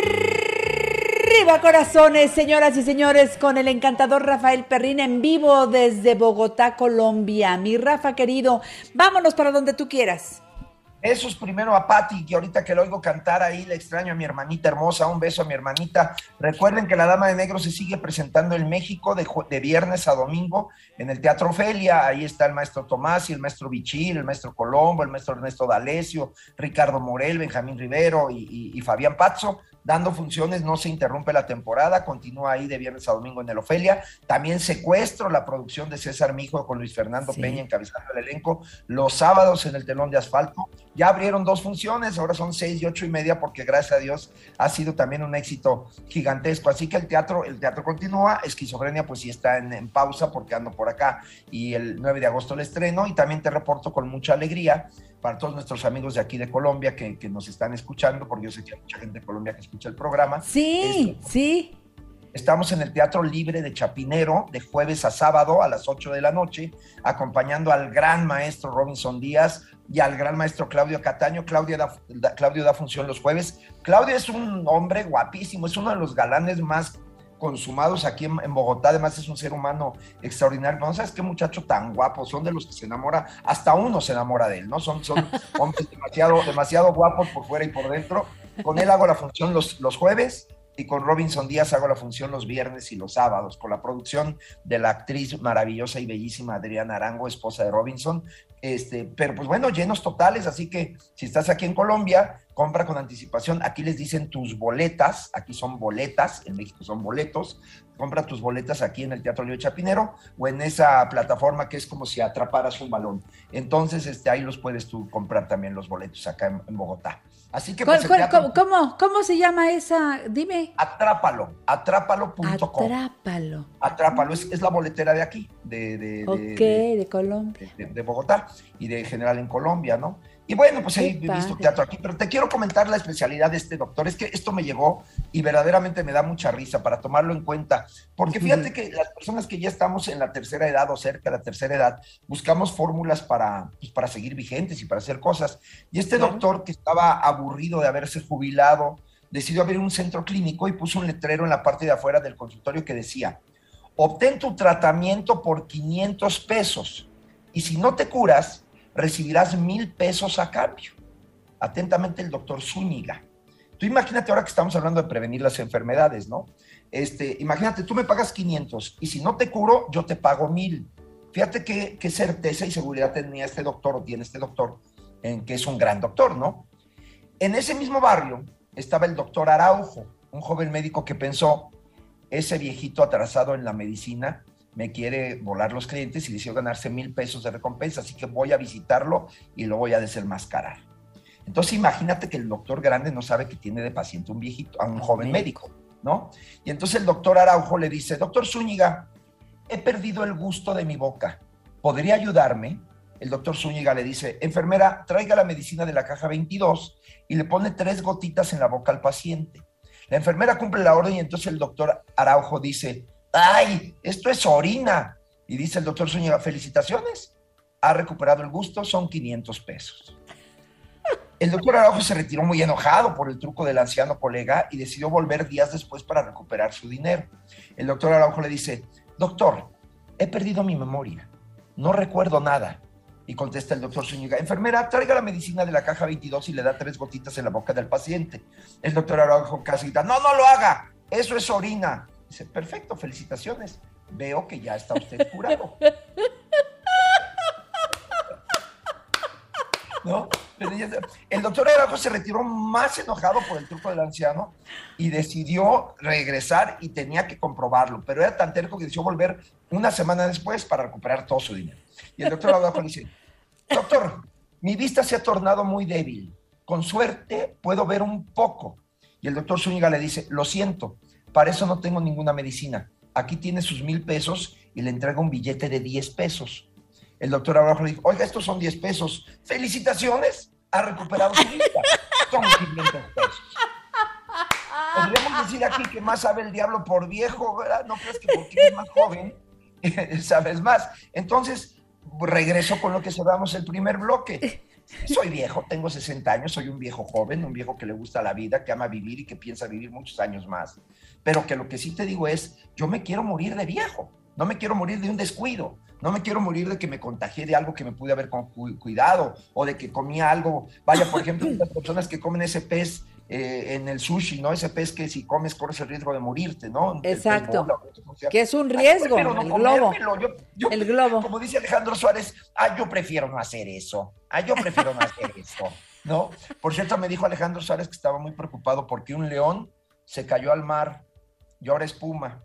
¡Arriba, corazones, señoras y señores! Con el encantador Rafael Perrín en vivo desde Bogotá, Colombia. Mi Rafa querido, vámonos para donde tú quieras. Besos primero a Patti, que ahorita que lo oigo cantar ahí, le extraño a mi hermanita hermosa, un beso a mi hermanita. Recuerden que La Dama de Negro se sigue presentando en México de viernes a domingo en el Teatro Ofelia. Ahí está el maestro Tomás y el maestro Bichir, el maestro Colombo, el maestro Ernesto D'Alessio, Ricardo Morel, Benjamín Rivero y Fabián Pazzo, dando funciones. No se interrumpe la temporada, continúa ahí de viernes a domingo en el Ofelia. También Secuestro, la producción de César Mijo con Luis Fernando Peña encabezando el elenco, los sábados en el Telón de Asfalto. Ya abrieron 2 funciones, ahora son 6 y 8:30, porque gracias a Dios ha sido también un éxito gigantesco. Así que el teatro continúa. Esquizofrenia pues sí está en pausa porque ando por acá, y el 9 de agosto el estreno. Y también te reporto con mucha alegría para todos nuestros amigos de aquí de Colombia que nos están escuchando, porque yo sé que hay mucha gente de Colombia que escucha el programa. Sí, sí. Estamos en el Teatro Libre de Chapinero de jueves a sábado a las 8 de la noche, acompañando al gran maestro Robinson Díaz y al gran maestro Claudio Cataño. Claudio da función los jueves. Claudio es un hombre guapísimo, es uno de los galanes más consumados aquí en Bogotá. Además es un ser humano extraordinario. No sabes qué muchacho tan guapo, son de los que se enamora, hasta uno se enamora de él, ¿no? Son hombres demasiado guapos por fuera y por dentro. Con él hago la función los jueves, y con Robinson Díaz hago la función los viernes y los sábados, con la producción de la actriz maravillosa y bellísima Adriana Arango, esposa de Robinson. Pero pues bueno, llenos totales, así que si estás aquí en Colombia, compra con anticipación. Aquí les dicen tus boletas, aquí son boletas, en México son boletos. Compra tus boletas aquí en el Teatro Libre Chapinero o en esa plataforma que es como si atraparas un balón. Entonces ahí los puedes tú comprar también los boletos acá en Bogotá. Así que pues, ¿Cómo se llama esa? Dime. Atrápalo.com. Atrápalo, es la boletera de aquí, de Colombia. De Bogotá y de general en Colombia, ¿no? Y bueno, pues he visto teatro aquí, pero te quiero comentar la especialidad de este doctor. Es que esto me llegó y verdaderamente me da mucha risa para tomarlo en cuenta, porque fíjate que las personas que ya estamos en la tercera edad o cerca de la tercera edad, buscamos fórmulas para seguir vigentes y para hacer cosas. Y este doctor, que estaba aburrido de haberse jubilado, decidió abrir un centro clínico y puso un letrero en la parte de afuera del consultorio que decía: obtén tu tratamiento por 500 pesos y si no te curas, recibirás 1,000 pesos a cambio. Atentamente, el doctor Zúñiga. Tú imagínate, ahora que estamos hablando de prevenir las enfermedades, ¿no? Imagínate, tú me pagas 500 y si no te curo, yo te pago 1,000. Fíjate qué certeza y seguridad tenía este doctor, o tiene este doctor, en que es un gran doctor, ¿no? En ese mismo barrio estaba el doctor Araujo, un joven médico que pensó, ese viejito atrasado en la medicina me quiere volar los clientes y decidió ganarse $1,000 de recompensa, así que voy a visitarlo y lo voy a desenmascarar. Entonces imagínate que el doctor grande no sabe que tiene de paciente un viejito, a un joven médico, ¿no? Y entonces el doctor Araujo le dice, doctor Zúñiga, he perdido el gusto de mi boca, ¿podría ayudarme? El doctor Zúñiga le dice, enfermera, traiga la medicina de la caja 22 y le pone 3 gotitas en la boca al paciente. La enfermera cumple la orden y entonces el doctor Araujo dice, ¡ay, esto es orina! Y dice el doctor Zúñiga, felicitaciones, ha recuperado el gusto, son $500. El doctor Araujo se retiró muy enojado por el truco del anciano colega y decidió volver días después para recuperar su dinero. El doctor Araujo le dice, doctor, he perdido mi memoria, no recuerdo nada. Y contesta el doctor Zúñiga, enfermera, traiga la medicina de la caja 22 y le da 3 gotitas en la boca del paciente. El doctor Araujo casi grita, no lo haga, eso es orina. Dice, perfecto, felicitaciones, veo que ya está usted curado. ¿No? El doctor Araujo se retiró más enojado por el truco del anciano y decidió regresar y tenía que comprobarlo, pero era tan terco que decidió volver una semana después para recuperar todo su dinero. Y el doctor Araujo le dice, doctor, mi vista se ha tornado muy débil, con suerte puedo ver un poco. Y el doctor Zúñiga le dice, lo siento, para eso no tengo ninguna medicina, aquí tiene sus $1,000 y le entrega un billete de $10. El doctor Araujo le dijo, oiga, estos son $10. ¡Felicitaciones! Ha recuperado su vista. Son $500. Podríamos decir aquí que más sabe el diablo por viejo, ¿verdad? No crees que porque eres más joven sabes más. Entonces, regreso con lo que cerramos el primer bloque. Soy viejo, tengo 60 años, soy un viejo joven, un viejo que le gusta la vida, que ama vivir y que piensa vivir muchos años más. Pero que lo que sí te digo es, yo me quiero morir de viejo. No me quiero morir de un descuido, no me quiero morir de que me contagié de algo que me pude haber cuidado o de que comía algo. Vaya, por ejemplo, las personas que comen ese pez en el sushi, ¿no? Ese pez que si comes corres el riesgo de morirte, ¿no? Exacto, que es un riesgo, no el globo. El globo. Como dice Alejandro Suárez, yo prefiero no hacer eso, yo prefiero no hacer eso, ¿no? Por cierto, me dijo Alejandro Suárez que estaba muy preocupado porque un león se cayó al mar y ahora espuma.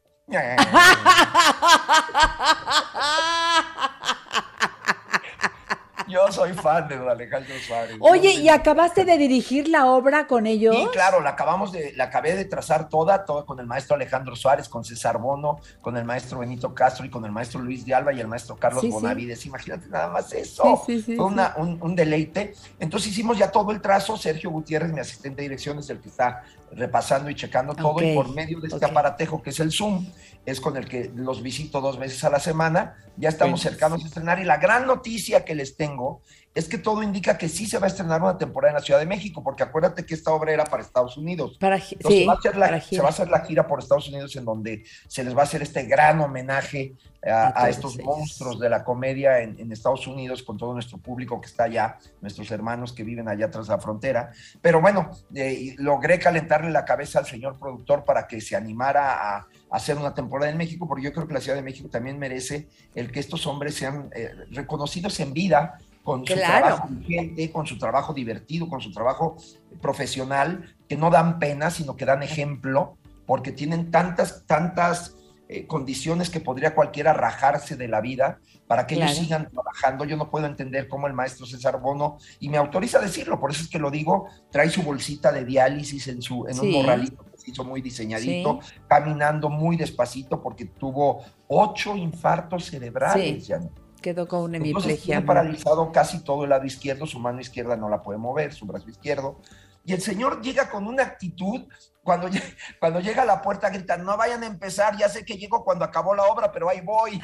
Yo soy fan de don Alejandro Suárez. Oye, ¿y acabaste de dirigir la obra con ellos? Sí, claro, la acabé de trazar toda con el maestro Alejandro Suárez, con César Bono, con el maestro Benito Castro y con el maestro Luis de Alba y el maestro Carlos Bonavides. Sí. Imagínate nada más eso. Fue un deleite. Entonces hicimos ya todo el trazo. Sergio Gutiérrez, mi asistente de dirección, es el que está repasando y checando todo, y por medio de este aparatejo que es el Zoom, es con el que los visito 2 veces a la semana. Ya estamos cercanos a estrenar, y la gran noticia que les tengo es que todo indica que sí se va a estrenar una temporada en la Ciudad de México, porque acuérdate que esta obra era para Estados Unidos. Se va a hacer la gira por Estados Unidos, en donde se les va a hacer este gran homenaje a estos monstruos de la comedia en Estados Unidos, con todo nuestro público que está allá, nuestros hermanos que viven allá tras la frontera. Pero bueno, logré calentarle la cabeza al señor productor para que se animara a hacer una temporada en México, porque yo creo que la Ciudad de México también merece el que estos hombres sean reconocidos en vida, con su trabajo vigente, con su trabajo divertido, con su trabajo profesional, que no dan pena, sino que dan ejemplo, porque tienen tantas condiciones que podría cualquiera rajarse de la vida para que ellos sigan trabajando. Yo no puedo entender cómo el maestro César Bono, y me autoriza a decirlo, por eso es que lo digo, trae su bolsita de diálisis en un morralito que se hizo muy diseñadito, caminando muy despacito porque tuvo 8 infartos cerebrales. Ya quedó con una hemiplegia. Tiene paralizado casi todo el lado izquierdo, su mano izquierda no la puede mover, su brazo izquierdo. Y el señor llega con una actitud, cuando llega a la puerta grita, no vayan a empezar, ya sé que llego cuando acabó la obra, pero ahí voy.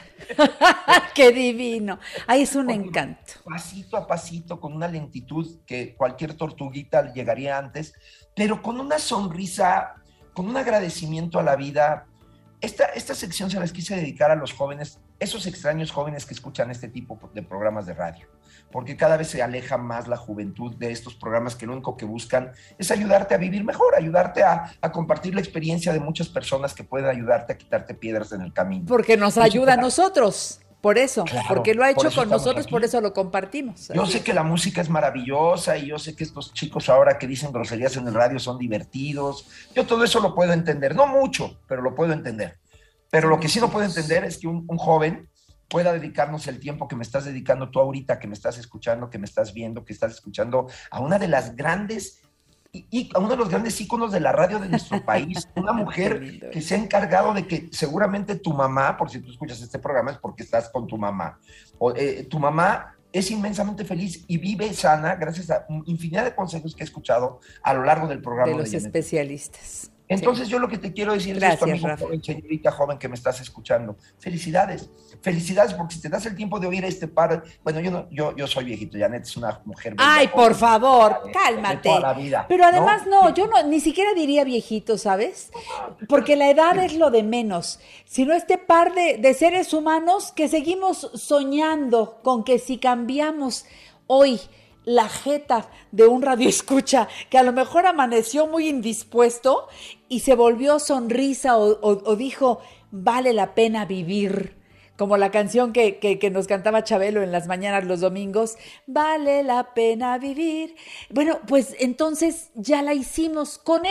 ¡Qué divino! Ahí es un encanto. Pasito a pasito, con una lentitud que cualquier tortuguita llegaría antes, pero con una sonrisa, con un agradecimiento a la vida. Esta sección se las quise dedicar a los jóvenes, esos extraños jóvenes que escuchan este tipo de programas de radio, porque cada vez se aleja más la juventud de estos programas que lo único que buscan es ayudarte a vivir mejor, ayudarte a compartir la experiencia de muchas personas que pueden ayudarte a quitarte piedras en el camino. Porque nos ayuda a nosotros. Por eso, Claro, porque lo ha por hecho eso con estamos nosotros, aquí. por eso lo compartimos. Yo sé que la música es maravillosa y yo sé que estos chicos ahora que dicen groserías en el radio son divertidos. Yo todo eso lo puedo entender, no mucho, pero lo puedo entender. Pero lo que sí no puedo entender es que un joven pueda dedicarnos el tiempo que me estás dedicando tú ahorita, que me estás escuchando, que me estás viendo, que estás escuchando a una de las grandes y a uno de los grandes íconos de la radio de nuestro país, una mujer que se ha encargado de que seguramente tu mamá, por si tú escuchas este programa es porque estás con tu mamá, tu mamá es inmensamente feliz y vive sana gracias a infinidad de consejos que he escuchado a lo largo del programa. De los Janet. especialistas. Entonces yo lo que te quiero decir Gracias, es esto, amigo Rafa. joven, señorita joven que me estás escuchando. Felicidades, felicidades porque si te das el tiempo de oír a este par, bueno, yo soy viejito, Janet es una mujer bella, Ay, por joven, favor, de cálmate. toda la vida, Pero además ¿no? yo ni siquiera diría viejito, ¿sabes? Porque la edad es lo de menos, sino este par de seres humanos que seguimos soñando con que si cambiamos hoy la jeta de un radioescucha que a lo mejor amaneció muy indispuesto y se volvió sonrisa o dijo, vale la pena vivir, como la canción que nos cantaba Chabelo en las mañanas los domingos, vale la pena vivir. Bueno, pues entonces ya la hicimos con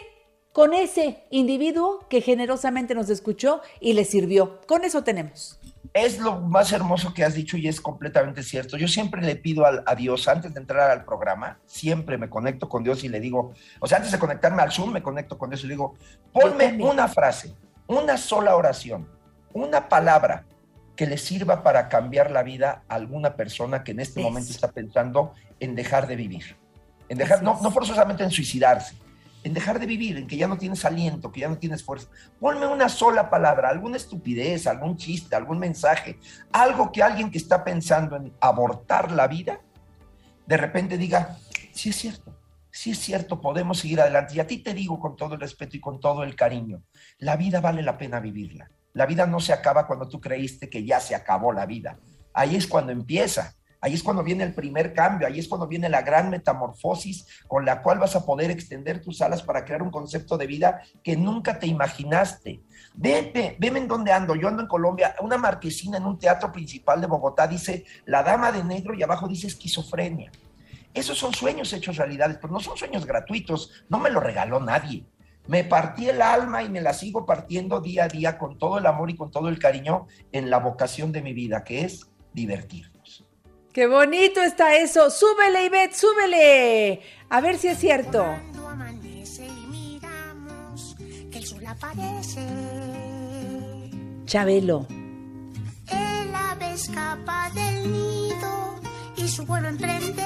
ese individuo que generosamente nos escuchó y le sirvió. Con eso tenemos. Es lo más hermoso que has dicho y es completamente cierto. Yo siempre le pido a Dios, antes de entrar al programa, siempre me conecto con Dios y le digo, o sea, antes de conectarme al Zoom, me conecto con Dios y le digo, ponme una frase, una sola oración, una palabra que le sirva para cambiar la vida a alguna persona que en este momento está pensando en dejar de vivir. En dejar, no forzosamente en suicidarse, en dejar de vivir, en que ya no tienes aliento, que ya no tienes fuerza. Ponme una sola palabra, alguna estupidez, algún chiste, algún mensaje, algo que alguien que está pensando en abortar la vida, de repente diga, sí es cierto, podemos seguir adelante. Y a ti te digo con todo el respeto y con todo el cariño, la vida vale la pena vivirla. La vida no se acaba cuando tú creíste que ya se acabó la vida. Ahí es cuando empieza. Ahí es cuando viene el primer cambio, ahí es cuando viene la gran metamorfosis con la cual vas a poder extender tus alas para crear un concepto de vida que nunca te imaginaste. Veme en dónde ando. Yo ando en Colombia, una marquesina en un teatro principal de Bogotá dice La Dama de Negro y abajo dice esquizofrenia. Esos son sueños hechos realidades, pero no son sueños gratuitos, no me lo regaló nadie. Me partí el alma y me la sigo partiendo día a día con todo el amor y con todo el cariño en la vocación de mi vida, que es divertir. ¡Qué bonito está eso! ¡Súbele, Ivette, súbele! A ver si es cierto. Cuando amanece y miramos que el sol aparece, Chabelo. el ave escapa del nido y su vuelo emprende.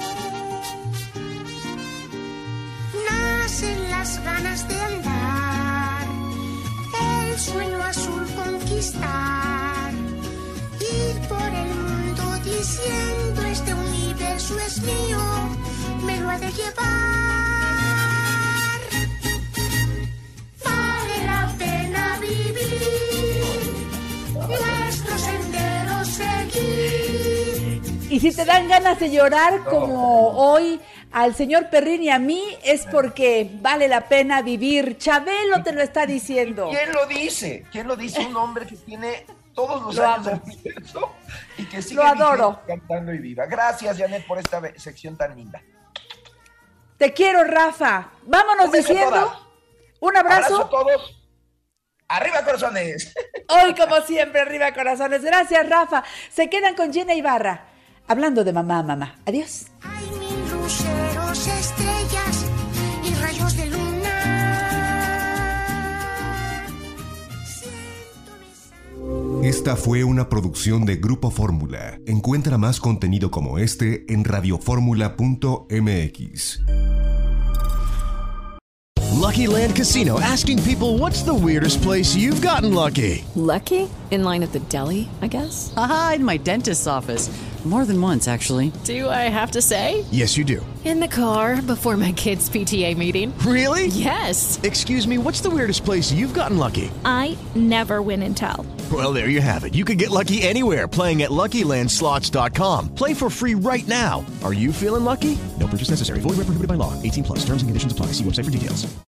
Nacen las ganas de andar, el sueño azul conquistar, ir por el mundo diciendo este universo es mío, me lo ha de llevar. Vale la pena vivir, nuestro sendero seguir. Y si te dan ganas de llorar como hoy al señor Perrín y a mí, es porque vale la pena vivir. Chabelo te lo está diciendo. ¿Quién lo dice? ¿Quién lo dice? Un hombre que tiene todos los Lo años amo. del universo y que sigue Lo adoro. vigente, cantando y viva. Gracias, Janet, por esta sección tan linda. Te quiero, Rafa. Vámonos Un beso a diciendo. todas. Un abrazo. Abrazo a todos. ¡Arriba, corazones! Hoy, como siempre, arriba, corazones. Gracias, Rafa. Se quedan con Jenna Ibarra. Hablando de mamá. Adiós. Hay mil luceros, estrellas y rayos de luna. Esta fue una producción de Grupo Fórmula. Encuentra más contenido como este en radioformula.mx. Lucky Land Casino, asking people, what's the weirdest place you've gotten lucky? Lucky? In line at the deli, I guess? Aha, in my dentist's office. More than once, actually. Do I have to say? Yes, you do. In the car before my kids' PTA meeting. Really? Yes. Excuse me, what's the weirdest place you've gotten lucky? I never win and tell. Well, there you have it. You can get lucky anywhere, playing at LuckyLandSlots.com. Play for free right now. Are you feeling lucky? No purchase necessary. Void where prohibited by law. 18+. Terms and conditions apply. See website for details.